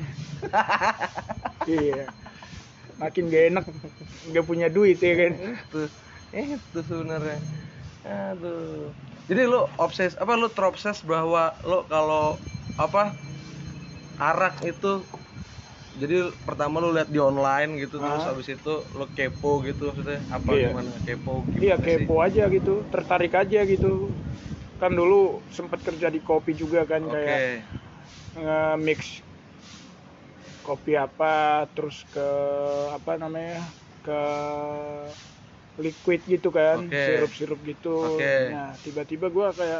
[SPEAKER 6] Iya, makin gak enak nggak punya duit ya kan.
[SPEAKER 1] Itu sebenarnya. Aduh. Jadi lo terobses bahwa lo kalau arak itu, jadi pertama lo lihat di online gitu, terus habis itu lo kepo gitu, maksudnya gimana kepo?
[SPEAKER 6] Iya kepo aja gitu, tertarik aja gitu. Kan dulu sempat kerja di kopi juga kan, kayak nge-mix kopi terus ke ke liquid gitu kan, sirup gitu. Nah tiba-tiba gue kayak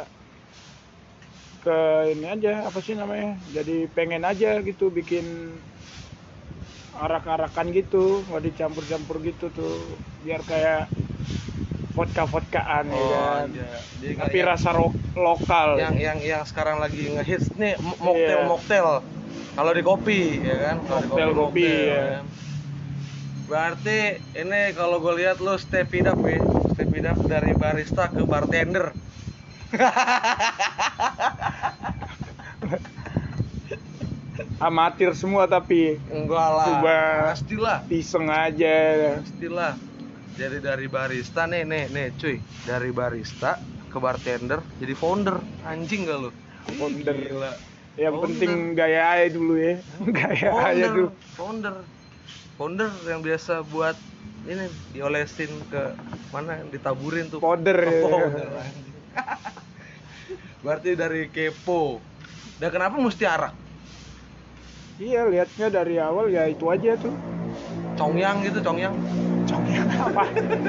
[SPEAKER 6] ke ini aja, jadi pengen aja gitu bikin arak-arakan gitu, nggak dicampur-campur gitu tuh, biar kayak vodka-vodkaan ya kan.
[SPEAKER 1] iya. Jadi
[SPEAKER 6] Tapi
[SPEAKER 1] kayak
[SPEAKER 6] rasa lokal.
[SPEAKER 1] yang sekarang lagi ngehits nih
[SPEAKER 6] Iya.
[SPEAKER 1] mocktail. Kalau di kopi ya kan, kalau di
[SPEAKER 6] Mocktail kopi, ya.
[SPEAKER 1] kan. Berarti ini kalau gue lihat lu step it up dari barista ke bartender.
[SPEAKER 6] Amatir semua tapi
[SPEAKER 1] Enggak lah.
[SPEAKER 6] Coba.
[SPEAKER 1] Pastilah.
[SPEAKER 6] iseng aja.
[SPEAKER 1] Pastilah. Jadi dari barista nih cuy, dari barista ke bartender jadi founder. Anjing gak lu?
[SPEAKER 6] Founder.
[SPEAKER 1] Gila.
[SPEAKER 6] Yang
[SPEAKER 1] Founder.
[SPEAKER 6] penting gaya aja dulu ya. Gaya aja dulu.
[SPEAKER 1] Founder yang biasa buat ini diolesin ke mana, ditaburin tuh.
[SPEAKER 6] Powder, ya.
[SPEAKER 1] Powder, anjing. Berarti dari kepo. Dan kenapa mesti arak?
[SPEAKER 6] Iya, lihatnya dari awal ya itu aja tuh.
[SPEAKER 1] Congyang
[SPEAKER 6] Congnya apa?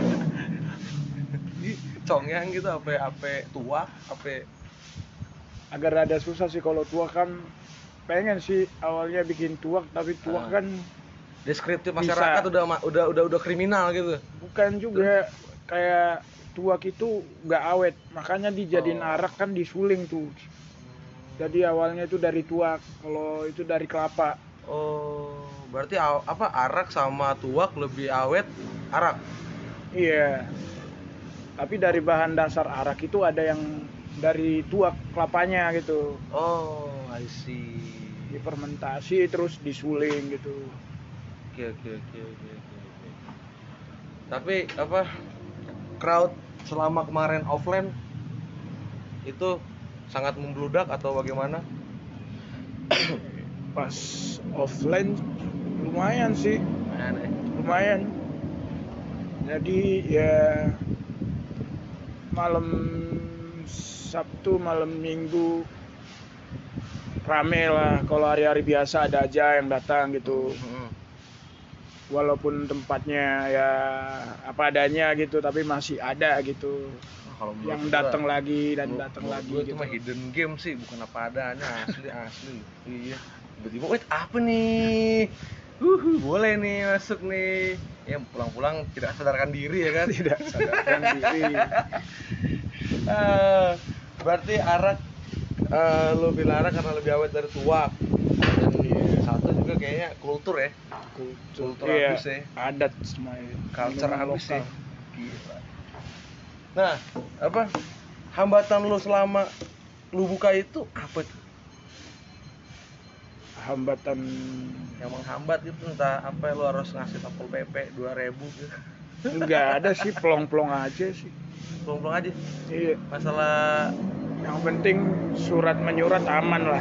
[SPEAKER 1] Congyang gitu, apa tuak, apa
[SPEAKER 6] Agak rada susah sih kalau tuak kan. Pengen sih awalnya bikin tuak, tapi tuak kan
[SPEAKER 1] deskriptif
[SPEAKER 6] Bisa.
[SPEAKER 1] masyarakat udah kriminal gitu.
[SPEAKER 6] bukan juga kayak tuak itu nggak awet, makanya dijadiin arak kan disuling tuh. Jadi awalnya itu dari tuak, kalau itu dari kelapa.
[SPEAKER 1] Oh, berarti arak sama tuak lebih awet arak.
[SPEAKER 6] Iya. Tapi dari bahan dasar arak itu ada yang dari tuak kelapanya gitu.
[SPEAKER 1] Oh, I see.
[SPEAKER 6] Difermentasi terus disuling gitu.
[SPEAKER 1] Oke. Tapi crowd selama kemarin offline itu sangat membludak atau bagaimana?
[SPEAKER 6] Pas offline lumayan sih, lumayan. Jadi ya malam Sabtu, malam Minggu rame lah. Kalau hari-hari biasa ada aja yang datang gitu. Walaupun tempatnya ya apa adanya gitu, tapi masih ada gitu.
[SPEAKER 1] Kalau
[SPEAKER 6] Yang datang lagi dan datang lagi
[SPEAKER 1] Gue itu
[SPEAKER 6] gitu.
[SPEAKER 1] mah hidden game sih, bukan apa adanya, asli. Iya. Tiba-tiba, wait apa nih? Boleh nih masuk nih. Ya pulang-pulang tidak sadarkan diri ya kan?
[SPEAKER 6] Tidak sadarkan diri.
[SPEAKER 1] Berarti arak, lu bilang arak karena lebih awet dari tuak. Dan satu juga kayaknya kultur ya. Kultur
[SPEAKER 6] Iya,
[SPEAKER 1] habis ya.
[SPEAKER 6] adat semuanya.
[SPEAKER 1] Culture
[SPEAKER 6] Minuman
[SPEAKER 1] habis ya.
[SPEAKER 6] lokal.
[SPEAKER 1] Gila. Nah, hambatan lu selama lu buka itu apa tuh?
[SPEAKER 6] Hambatan
[SPEAKER 1] Yang menghambat gitu, entah apa lu harus ngasih Satpol PP 2.000 gitu.
[SPEAKER 6] enggak ada sih, plong-plong aja sih.
[SPEAKER 1] Plong-plong aja.
[SPEAKER 6] Iya,
[SPEAKER 1] Masalah
[SPEAKER 6] yang penting surat menyurat aman lah.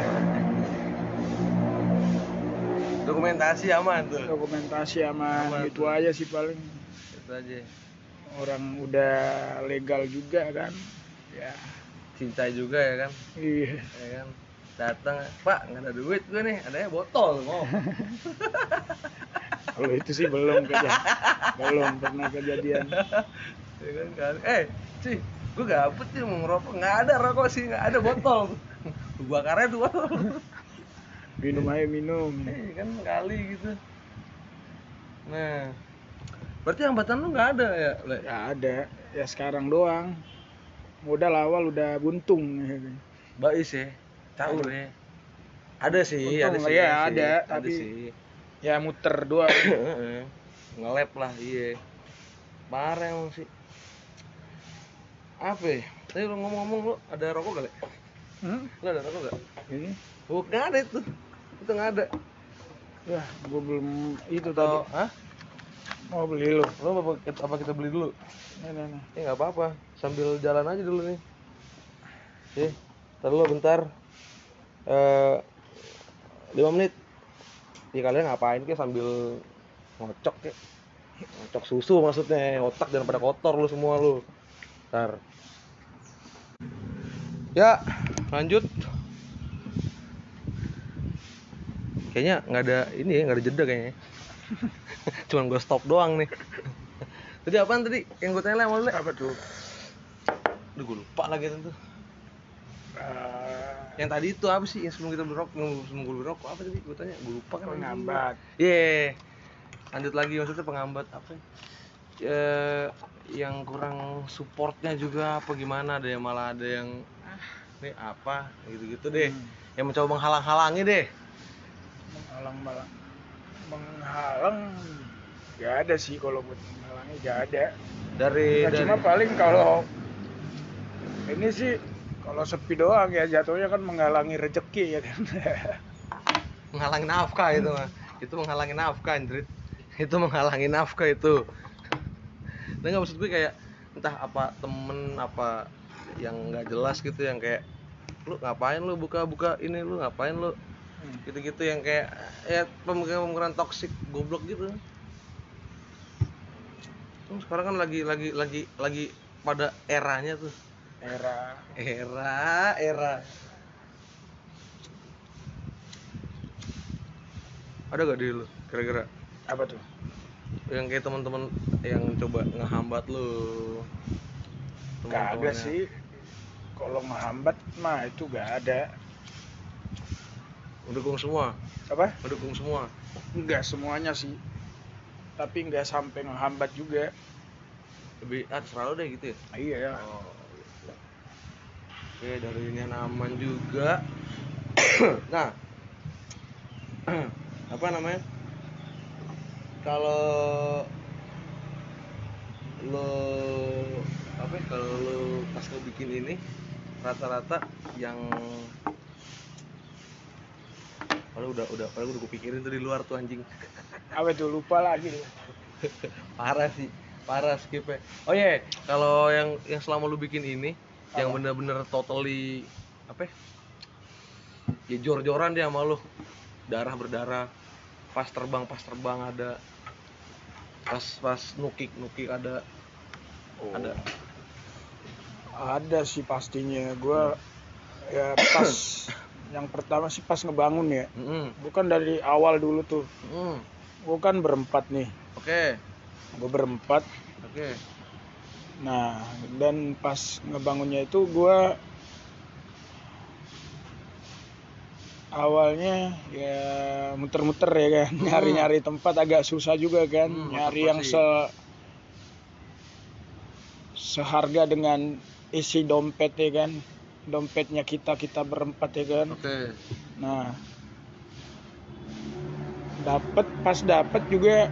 [SPEAKER 1] dokumentasi aman tuh.
[SPEAKER 6] Dokumentasi aman,
[SPEAKER 1] Aman
[SPEAKER 6] itu
[SPEAKER 1] tuh.
[SPEAKER 6] aja sih paling.
[SPEAKER 1] Itu aja.
[SPEAKER 6] Orang udah legal juga kan. Ya,
[SPEAKER 1] Cinta juga ya kan.
[SPEAKER 6] iya.
[SPEAKER 1] Ya kan. Datang, Pak, nggak ada duit gue nih, adanya botol mau.
[SPEAKER 6] Kalau itu sih belum pernah kejadian.
[SPEAKER 1] Ya kan. Cuy, gue gabut nih mau ngerokok, nggak ada rokok sih, nggak ada botol. Bakarnya tuh botol.
[SPEAKER 6] Minum aja minum.
[SPEAKER 1] Kan kali gitu. Nah, berarti hambatan lu nggak ada ya, Le?
[SPEAKER 6] Ya ada, ya sekarang doang. Modal awal udah buntung.
[SPEAKER 1] Bais ya, caur ya. Ada sih,
[SPEAKER 6] Untung
[SPEAKER 1] ada sih.
[SPEAKER 6] ya,
[SPEAKER 1] sih.
[SPEAKER 6] ada,
[SPEAKER 1] Ada
[SPEAKER 6] tapi
[SPEAKER 1] sih.
[SPEAKER 6] Ya muter doang.
[SPEAKER 1] Ngelep lah, iya. Parah emang sih. Apa ya? Tadi lu ngomong-ngomong, lu ada rokok gak, Le? Lu ada rokok gak?
[SPEAKER 6] Ini,
[SPEAKER 1] Bukan ada itu. Itu nggak ada.
[SPEAKER 6] ya gua belum itu
[SPEAKER 1] Atau,
[SPEAKER 6] tadi.
[SPEAKER 1] hah?
[SPEAKER 6] Mau beli lu.
[SPEAKER 1] Lu apa kita beli dulu?
[SPEAKER 6] Nih.
[SPEAKER 1] Ya nggak apa-apa, sambil jalan aja dulu nih. Ntar dulu bentar. 5 menit. Ya kalian ngapain ke sambil ngocok ke? Ngocok susu maksudnya, otak jangan pada kotor lu semua lu. Ntar. Ya, lanjut. Kayaknya nggak ada ini ya, nggak ada jeda kayaknya. Cuman gue stop doang nih. Tadi apaan tadi? Yang gue tanya sama lu, Le?
[SPEAKER 6] Apa tuh?
[SPEAKER 1] Duh, gue lupa lagi tentu. Yang tadi itu apa sih? Yang sebelum kita beli rokok, apa tadi? Gue tanya, gue lupa kan.
[SPEAKER 6] Penghambat.
[SPEAKER 1] Iya. lanjut lagi, maksudnya penghambat apa ya? Yang kurang supportnya juga apa gimana, ada yang malah ada yang ini apa gitu-gitu deh, yang mencoba menghalang-halangi deh.
[SPEAKER 6] Menghalang nggak ada sih, kalau buat menghalangi nggak ada.
[SPEAKER 1] Dari
[SPEAKER 6] Cuma paling kalau ini sih, kalau sepi doang ya jatuhnya kan menghalangi rezeki ya kan.
[SPEAKER 1] menghalangi nafkah itu mah. Itu menghalangi nafkah, Andrit. Itu menghalangi nafkah itu. Nah, nggak, maksud gue kayak entah apa temen apa yang nggak jelas gitu, yang kayak lu ngapain lu buka ini, lu ngapain lu gitu-gitu, yang kayak ya pemikiran toksik goblok gitu. Sekarang kan lagi pada eranya tuh. Era. Ada gak di lu kira-kira
[SPEAKER 6] Apa tuh?
[SPEAKER 1] yang kayak teman-teman yang coba ngehambat lu?
[SPEAKER 6] Kagak sih, kalau ngehambat mah itu gak ada.
[SPEAKER 1] Mendukung semua.
[SPEAKER 6] Apa?
[SPEAKER 1] Mendukung semua.
[SPEAKER 6] Enggak semuanya sih, tapi nggak sampai ngehambat juga.
[SPEAKER 1] Lebih terserah lu deh gitu ya.
[SPEAKER 6] Iya ya.
[SPEAKER 1] Oh. Oke, dari ini aman juga. Nah, apa namanya? Kalau lo kalau lo pas lo bikin ini rata-rata yang kalau udah gue pikirin tuh di luar tuh anjing.
[SPEAKER 6] Apa tuh, lupa lagi.
[SPEAKER 1] Parah skipnya. Oh iya, kalau yang selama lu bikin ini yang bener-bener totally apa ya, jor-joran dia sama lu, darah berdarah, pas terbang ada, pas nukik ada.
[SPEAKER 6] Ada sih pastinya. Gue ya pas yang pertama sih pas ngebangun ya. Bukan dari awal dulu tuh. Gue kan berempat nih.
[SPEAKER 1] Oke.
[SPEAKER 6] Gue berempat.
[SPEAKER 1] Oke.
[SPEAKER 6] Nah, dan pas ngebangunnya itu gue awalnya ya muter-muter ya kan, nyari-nyari tempat agak susah juga kan, nyari yang seharga dengan isi dompet ya kan, dompetnya kita berempat ya kan.
[SPEAKER 1] Oke.
[SPEAKER 6] Nah, pas dapet juga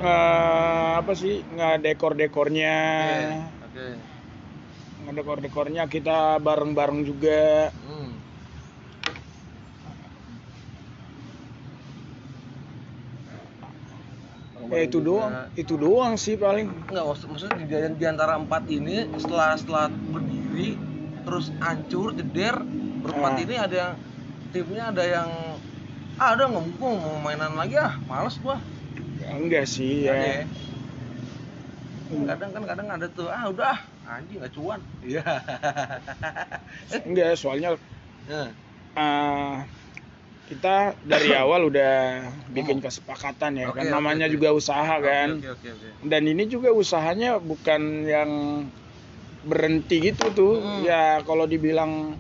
[SPEAKER 6] ngedekor-dekornya.
[SPEAKER 1] Oke.
[SPEAKER 6] Ngedekor-dekornya kita bareng-bareng juga. Itu doang sih paling.
[SPEAKER 1] Enggak, maksudnya di antara empat ini setelah berdiri terus hancur jeder berempat ini, ada yang timnya ada yang ada nggak mau mainan lagi males gua.
[SPEAKER 6] Enggak sih ya.
[SPEAKER 1] Kadang ada tuh udah anjing nggak cuan. Iya.
[SPEAKER 6] Enggak, soalnya kita dari awal udah bikin kesepakatan ya kan, namanya juga usaha kan.
[SPEAKER 1] Oke.
[SPEAKER 6] Dan ini juga usahanya bukan yang berhenti gitu tuh. Ya kalau dibilang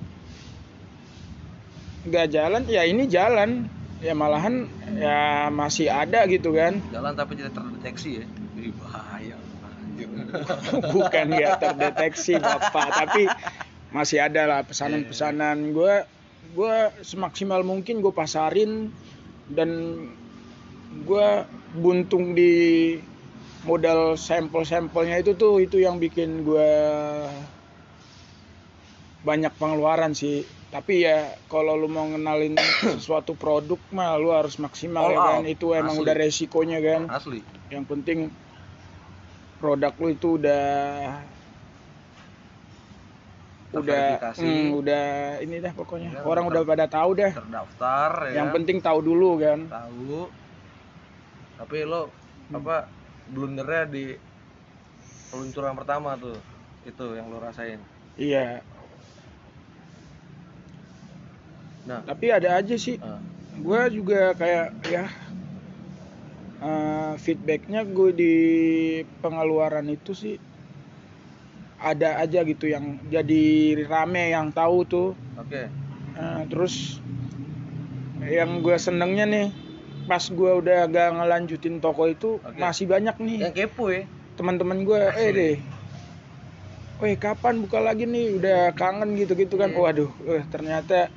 [SPEAKER 6] nggak jalan, ya ini jalan. Ya malahan ya masih ada gitu kan.
[SPEAKER 1] Jalan tapi tidak terdeteksi ya. Jadi bahaya.
[SPEAKER 6] Bukan nggak terdeteksi Bapak, tapi masih ada lah pesanan-pesanan. Gue semaksimal mungkin gue pasarin, dan gue buntung di modal sampel-sampelnya itu yang bikin gue banyak pengeluaran sih. Tapi ya kalau lu mau ngenalin sesuatu produk mah lu harus maksimal ya kan. Itu emang udah resikonya kan.
[SPEAKER 1] Asli.
[SPEAKER 6] Yang penting produk lu itu udah ini dah pokoknya ya, orang udah pada tahu dah,
[SPEAKER 1] terdaftar ya.
[SPEAKER 6] Yang penting tahu dulu kan.
[SPEAKER 1] Tahu. Tapi lo blundernya di peluncuran pertama tuh, itu yang lo rasain.
[SPEAKER 6] Iya. Nah, tapi ada aja sih. Gue juga kayak ya feedbacknya gue di pengeluaran itu sih ada aja gitu yang jadi rame yang tahu tuh.
[SPEAKER 1] Oke.
[SPEAKER 6] Terus yang gue senengnya nih, pas gue udah gak ngelanjutin toko itu masih banyak nih
[SPEAKER 1] Yang kepo ya.
[SPEAKER 6] teman-teman gue deh weh kapan buka lagi nih udah kangen gitu-gitu kan. Waduh ternyata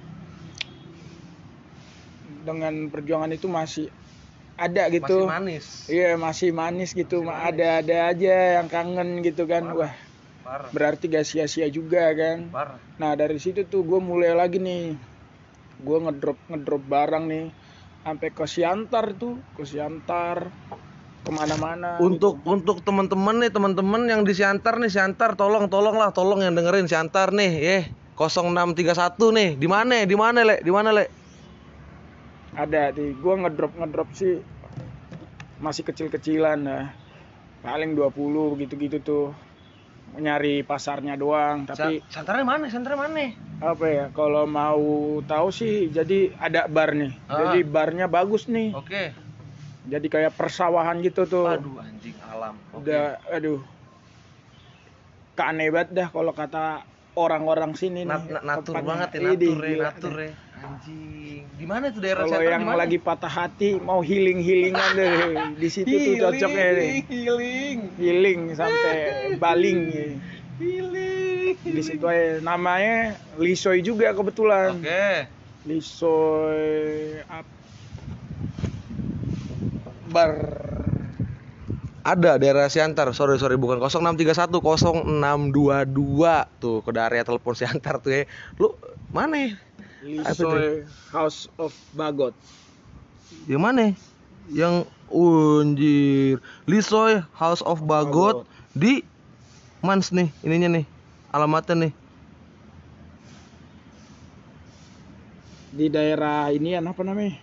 [SPEAKER 6] dengan perjuangan itu masih ada gitu.
[SPEAKER 1] Masih manis.
[SPEAKER 6] Iya masih manis gitu. Ada aja yang kangen gitu kan. Wah
[SPEAKER 1] Parah.
[SPEAKER 6] berarti gak sia-sia juga kan.
[SPEAKER 1] Parah.
[SPEAKER 6] Nah dari situ tuh gue mulai lagi nih. Gue ngedrop barang nih. Sampai ke Siantar kemana-mana.
[SPEAKER 1] Untuk teman-teman yang di Siantar tolong yang dengerin Siantar nih 0631 nih. Di mana Le?
[SPEAKER 6] Ada di gue ngedrop sih masih kecil-kecilan lah. Paling 20 gitu-gitu tuh. Nyari pasarnya doang, tapi
[SPEAKER 1] Siantarnya mana?
[SPEAKER 6] apa ya? Kalau mau tahu sih jadi ada bar nih. Jadi barnya bagus nih.
[SPEAKER 1] Oke.
[SPEAKER 6] Jadi kayak persawahan gitu tuh.
[SPEAKER 1] Aduh anjing alam.
[SPEAKER 6] Udah keaneh banget dah kalau kata orang-orang sini nih.
[SPEAKER 1] Natur
[SPEAKER 6] Tempatnya.
[SPEAKER 1] banget ya, natur ya. Anjing. Di mana itu daerah
[SPEAKER 6] Kalau
[SPEAKER 1] Siantar?
[SPEAKER 6] yang lagi patah hati mau healing-healingan deh di situ tuh cocoknya deh. Healing sampai baling ya.
[SPEAKER 1] Healing.
[SPEAKER 6] Di situ aja namanya Lisoy juga kebetulan.
[SPEAKER 1] Oke.
[SPEAKER 6] Lisoy bar
[SPEAKER 1] Ada daerah Siantar. Sorry bukan 0631 0622 tuh kode area telepon Siantar tuh ya. Lu mana ya?
[SPEAKER 6] Lisoy House of Bagot.
[SPEAKER 1] Yang mana? Yang anjir. Lisoy House of Bagot di Mans nih, ininya nih. Alamatnya nih.
[SPEAKER 6] Di daerah ini apa namanya?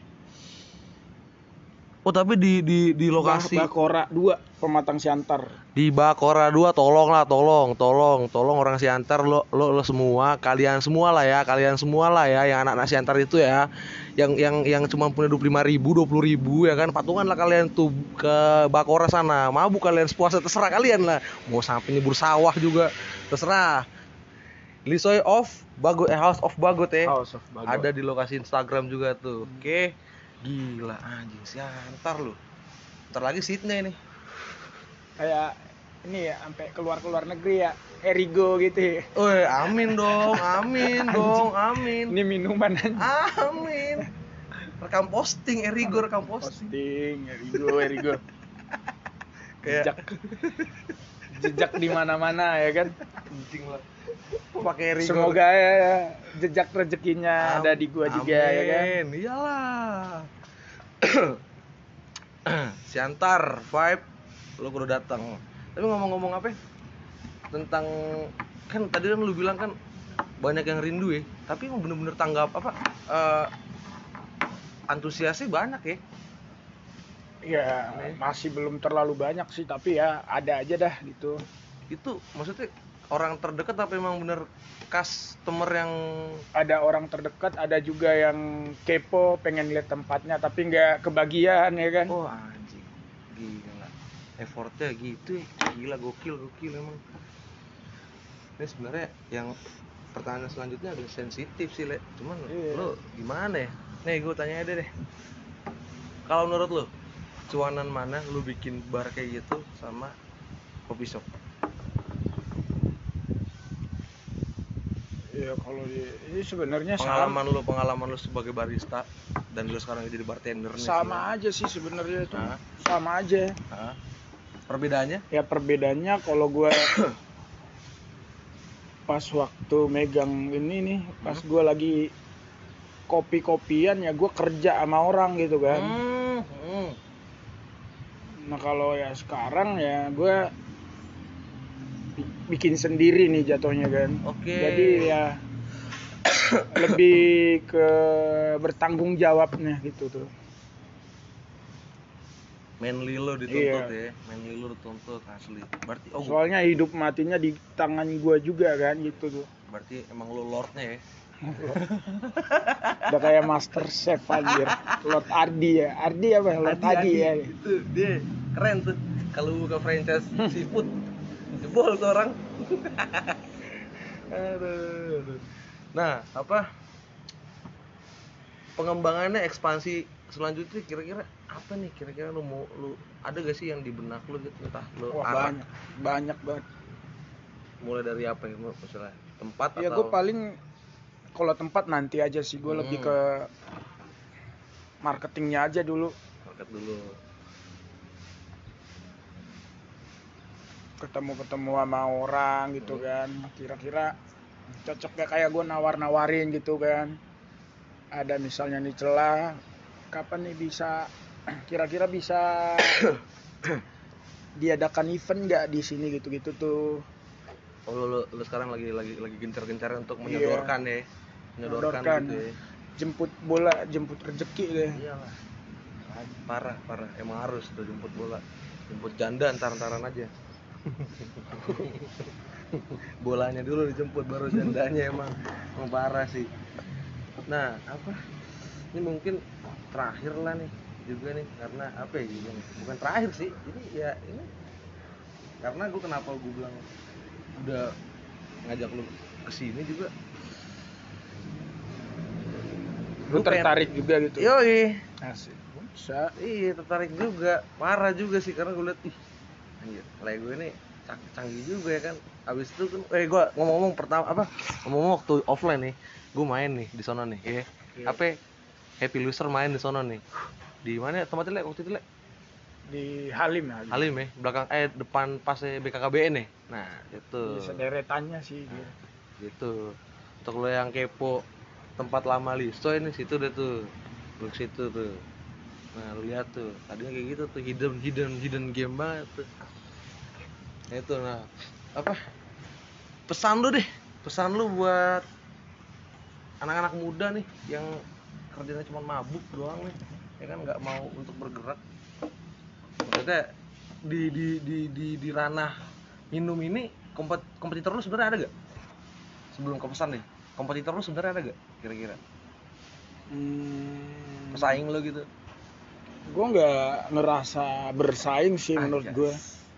[SPEAKER 1] Oh, tapi di lokasi
[SPEAKER 6] Bakora 2, Pematang Siantar.
[SPEAKER 1] di Bakora 2 tolong orang Siantar lo semua, kalian semua lah ya yang anak-anak Siantar itu ya, yang cuma punya 25.000, 20.000 ya kan, patungan lah kalian tuh ke Bakora sana. Mabuk kalian sepuasnya, terserah kalian lah. Mau sampai nyebur sawah juga terserah. Lisoy of Bagot, House of Bagot ya.
[SPEAKER 6] House of Bagot.
[SPEAKER 1] Ada di lokasi Instagram juga tuh. Oke. Gila anjing Siantar lu. Ntar lagi Sydney nih.
[SPEAKER 6] Kayak ini ya sampai keluar negeri ya. Erigo gitu ya.
[SPEAKER 1] Woi, amin dong. Amin.
[SPEAKER 6] Ini minuman
[SPEAKER 1] Amin. Rekam posting Erigo.
[SPEAKER 6] posting Erigo.
[SPEAKER 1] Kayak
[SPEAKER 6] Jejak di mana-mana ya kan.
[SPEAKER 1] anjing lah. Pakai Erigo.
[SPEAKER 6] Semoga ya jejak rezekinya ada di gua juga ya kan.
[SPEAKER 1] Amin. Iyalah. Siantar vibe lo kudu datang. Tapi ngomong-ngomong apa? Tentang kan tadi kan lu bilang kan banyak yang rindu ya. Tapi emang bener-bener tanggap apa? Antusiasnya banyak ya.
[SPEAKER 6] Ya masih belum terlalu banyak sih, tapi ya ada aja dah gitu.
[SPEAKER 1] Itu maksudnya orang terdekat apa emang bener customer yang
[SPEAKER 6] Ada orang terdekat, ada juga yang kepo pengen lihat tempatnya tapi nggak kebagian ya kan.
[SPEAKER 1] oh anjing gila effortnya gitu ya, gila gokil emang. Ini sebenarnya yang pertanyaan selanjutnya agak sensitif sih Le, cuman lo gimana ya? Nih gue tanya aja deh, kalau menurut lo cuanan mana lu bikin bar kayak gitu sama kopi shop?
[SPEAKER 6] Ya kalau ini sebenarnya
[SPEAKER 1] pengalaman lu sebagai barista dan lu sekarang jadi bartender nih.
[SPEAKER 6] Sama aja sih sebenarnya itu. Sama aja.
[SPEAKER 1] Perbedaannya?
[SPEAKER 6] Ya perbedaannya kalau gue pas waktu megang ini nih, pas gue lagi kopi-kopian ya gue kerja sama orang gitu kan. Nah kalau ya sekarang ya gue bikin sendiri nih jatuhnya kan.
[SPEAKER 1] Oke.
[SPEAKER 6] Jadi ya lebih ke bertanggung jawabnya gitu tuh.
[SPEAKER 1] Manly lo dituntut ya. Manly lo dituntut asli. Berarti
[SPEAKER 6] soalnya hidup matinya di tangan gue juga kan gitu tuh.
[SPEAKER 1] Berarti emang lo lordnya ya.
[SPEAKER 6] Udah kayak master chef anjir. Lord Ardi ya. Ardi apa? Lord Ardi ya.
[SPEAKER 1] Itu dia keren tuh. Kalau buka franchise seafood jebol tuh orang. Aduh. Nah, apa pengembangannya ekspansi selanjutnya kira-kira apa nih, kira-kira lu ada gak sih yang di benak lu gitu, entah lu
[SPEAKER 6] Wah, banyak banget.
[SPEAKER 1] mulai dari apa ya, misalnya tempat
[SPEAKER 6] Ya
[SPEAKER 1] atau
[SPEAKER 6] gue paling kalau tempat nanti aja sih, gue lebih ke marketingnya aja dulu.
[SPEAKER 1] market dulu.
[SPEAKER 6] Ketemu sama orang gitu kan, kira-kira cocok gak kayak gue nawar-nawarin gitu kan. Ada misalnya nih celah, kapan nih bisa, kira-kira bisa diadakan event nggak di sini gitu-gitu tuh.
[SPEAKER 1] Oh lu sekarang lagi gencar-gencar untuk menyodorkan ya, menyodorkan gitu ya.
[SPEAKER 6] Jemput bola, jemput rezeki deh.
[SPEAKER 1] Iyalah, parah emang harus tuh jemput bola, jemput janda antar-antaran aja. Bolanya dulu dijemput baru jandanya, emang parah sih. Nah apa, ini mungkin terakhir lah nih juga nih, karena apa ya, bukan terakhir sih, ini ya ini karena kenapa gue bilang udah ngajak lu kesini juga,
[SPEAKER 6] Lu tertarik juga gitu.
[SPEAKER 1] yoi
[SPEAKER 6] Asik. Bisa.
[SPEAKER 1] iya tertarik juga, parah juga sih, karena gue liat anjir, kayak gue ini canggih juga ya kan. Abis itu kan gue ngomong-ngomong pertama ngomong waktu offline nih, gue main nih di sono nih ya. Apa Happy Loser main di sono nih, di mana tempatnya waktu itu
[SPEAKER 6] Di Halim ya.
[SPEAKER 1] Halim ya, belakang depan pas BKKBN nih. Nah itu
[SPEAKER 6] Di sederetannya sih
[SPEAKER 1] gitu. Untuk lo yang kepo tempat lama Listo ini, situ deh tuh, lu situ tuh. Nah lu lihat tuh, tadinya kayak gitu tuh, hidden game banget tuh. Nah itu, nah apa pesan lu buat anak-anak muda nih yang kerjanya cuma mabuk doang nih, ya kan, nggak mau untuk bergerak. Maksudnya di ranah minum ini, kompetitor lu sebenarnya ada gak? Sebelum ke pesan nih, kompetitor lu sebenarnya ada gak kira-kira? Pesaing lu gitu?
[SPEAKER 6] Gue nggak ngerasa bersaing sih menurut gue.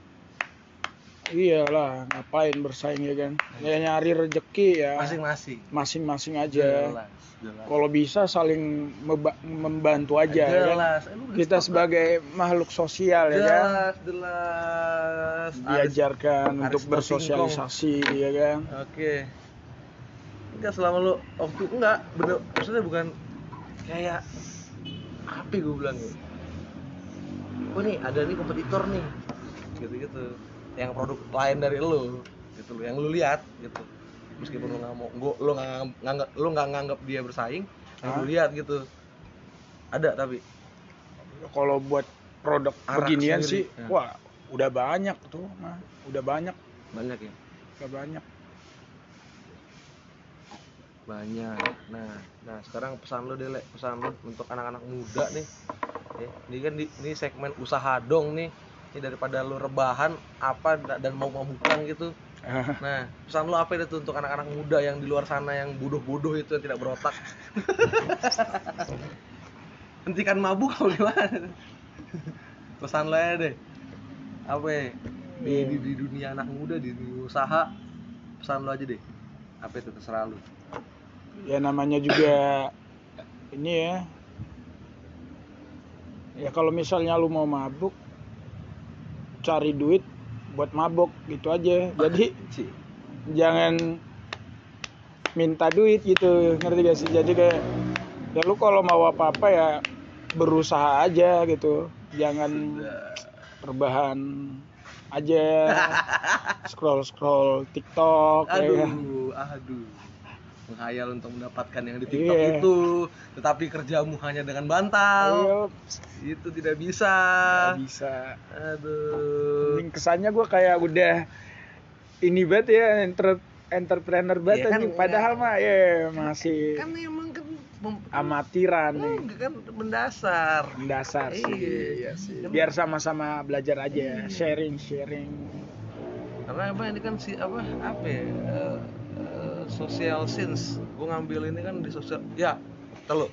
[SPEAKER 6] Iyalah, ngapain bersaing ya kan? Ya nyari rezeki ya. Masing-masing aja.
[SPEAKER 1] Jelas.
[SPEAKER 6] Kalau bisa saling membantu aja ya kan. Kita sebagai makhluk sosial ya kan.
[SPEAKER 1] Jelas.
[SPEAKER 6] Diajarkan untuk bersosialisasi ya kan.
[SPEAKER 1] Oke. Enggak selama lu waktu bener, maksudnya bukan kayak apa gue bilang ya. Oh nih ada nih kompetitor nih. Gitu-gitu. Yang produk lain dari lu gitu loh, yang lu lihat gitu, meskipun lu nggak mau, lu nggak nganggap dia bersaing, yang lu lihat gitu ada. Tapi
[SPEAKER 6] kalau buat produk
[SPEAKER 1] Arak
[SPEAKER 6] beginian
[SPEAKER 1] sendiri,
[SPEAKER 6] sih
[SPEAKER 1] ya.
[SPEAKER 6] wah udah banyak tuh mah, udah banyak
[SPEAKER 1] ya
[SPEAKER 6] udah banyak.
[SPEAKER 1] Nah sekarang pesan lu deh, pesan lu untuk anak-anak muda nih ya, ini kan ini segmen usaha dong nih. Ini daripada lu rebahan apa dan mau mabukan gitu. Nah, pesan lu apa itu untuk anak-anak muda yang di luar sana yang bodoh-bodoh itu, yang tidak berotak? Hentikan mabuk apa gimana? Pesan lu aja deh. Apa ya? Di dunia anak muda, di dunia usaha, pesan lu aja deh. Apa itu, terserah lu.
[SPEAKER 6] Ya namanya juga ini ya. Ya kalau misalnya lu mau mabuk, cari duit buat mabok gitu aja. Jadi jangan minta duit gitu, ngerti gak sih? Jadi kayak ya lu kalau mau apa-apa ya berusaha aja gitu. Jangan rebahan aja scroll TikTok.
[SPEAKER 1] Aduh. Menghayal untuk mendapatkan yang di TikTok itu, tetapi kerjamu hanya dengan bantal. Itu tidak bisa. Aduh.
[SPEAKER 6] Mending kesannya gue kayak udah ini banget ya, entrepreneur banget
[SPEAKER 1] kan,
[SPEAKER 6] padahal mah ya masih
[SPEAKER 1] kan emang kan
[SPEAKER 6] amatiran nih.
[SPEAKER 1] Kan mendasar
[SPEAKER 6] Sih. Iya sih. Biar sama-sama belajar aja, sharing.
[SPEAKER 1] Karena apa ini kan social science. Gue ngambil ini kan di sosial. Ya, telu.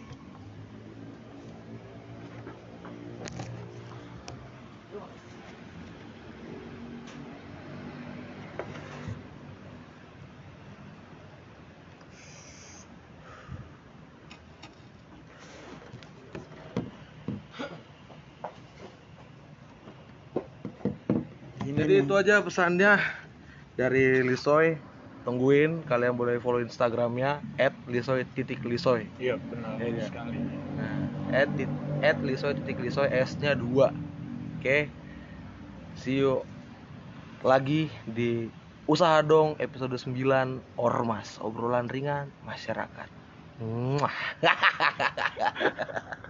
[SPEAKER 1] Jadi itu aja pesannya dari Lisoy. Tungguin, kalian boleh follow Instagramnya @lisoy_lisoy.
[SPEAKER 6] Iya benar
[SPEAKER 1] Iya.
[SPEAKER 6] sekali.
[SPEAKER 1] Nah, @lisoy_lisoy S-nya 2. Oke. See you lagi di Usaha Dong episode 9 Ormas, obrolan ringan masyarakat. Muah.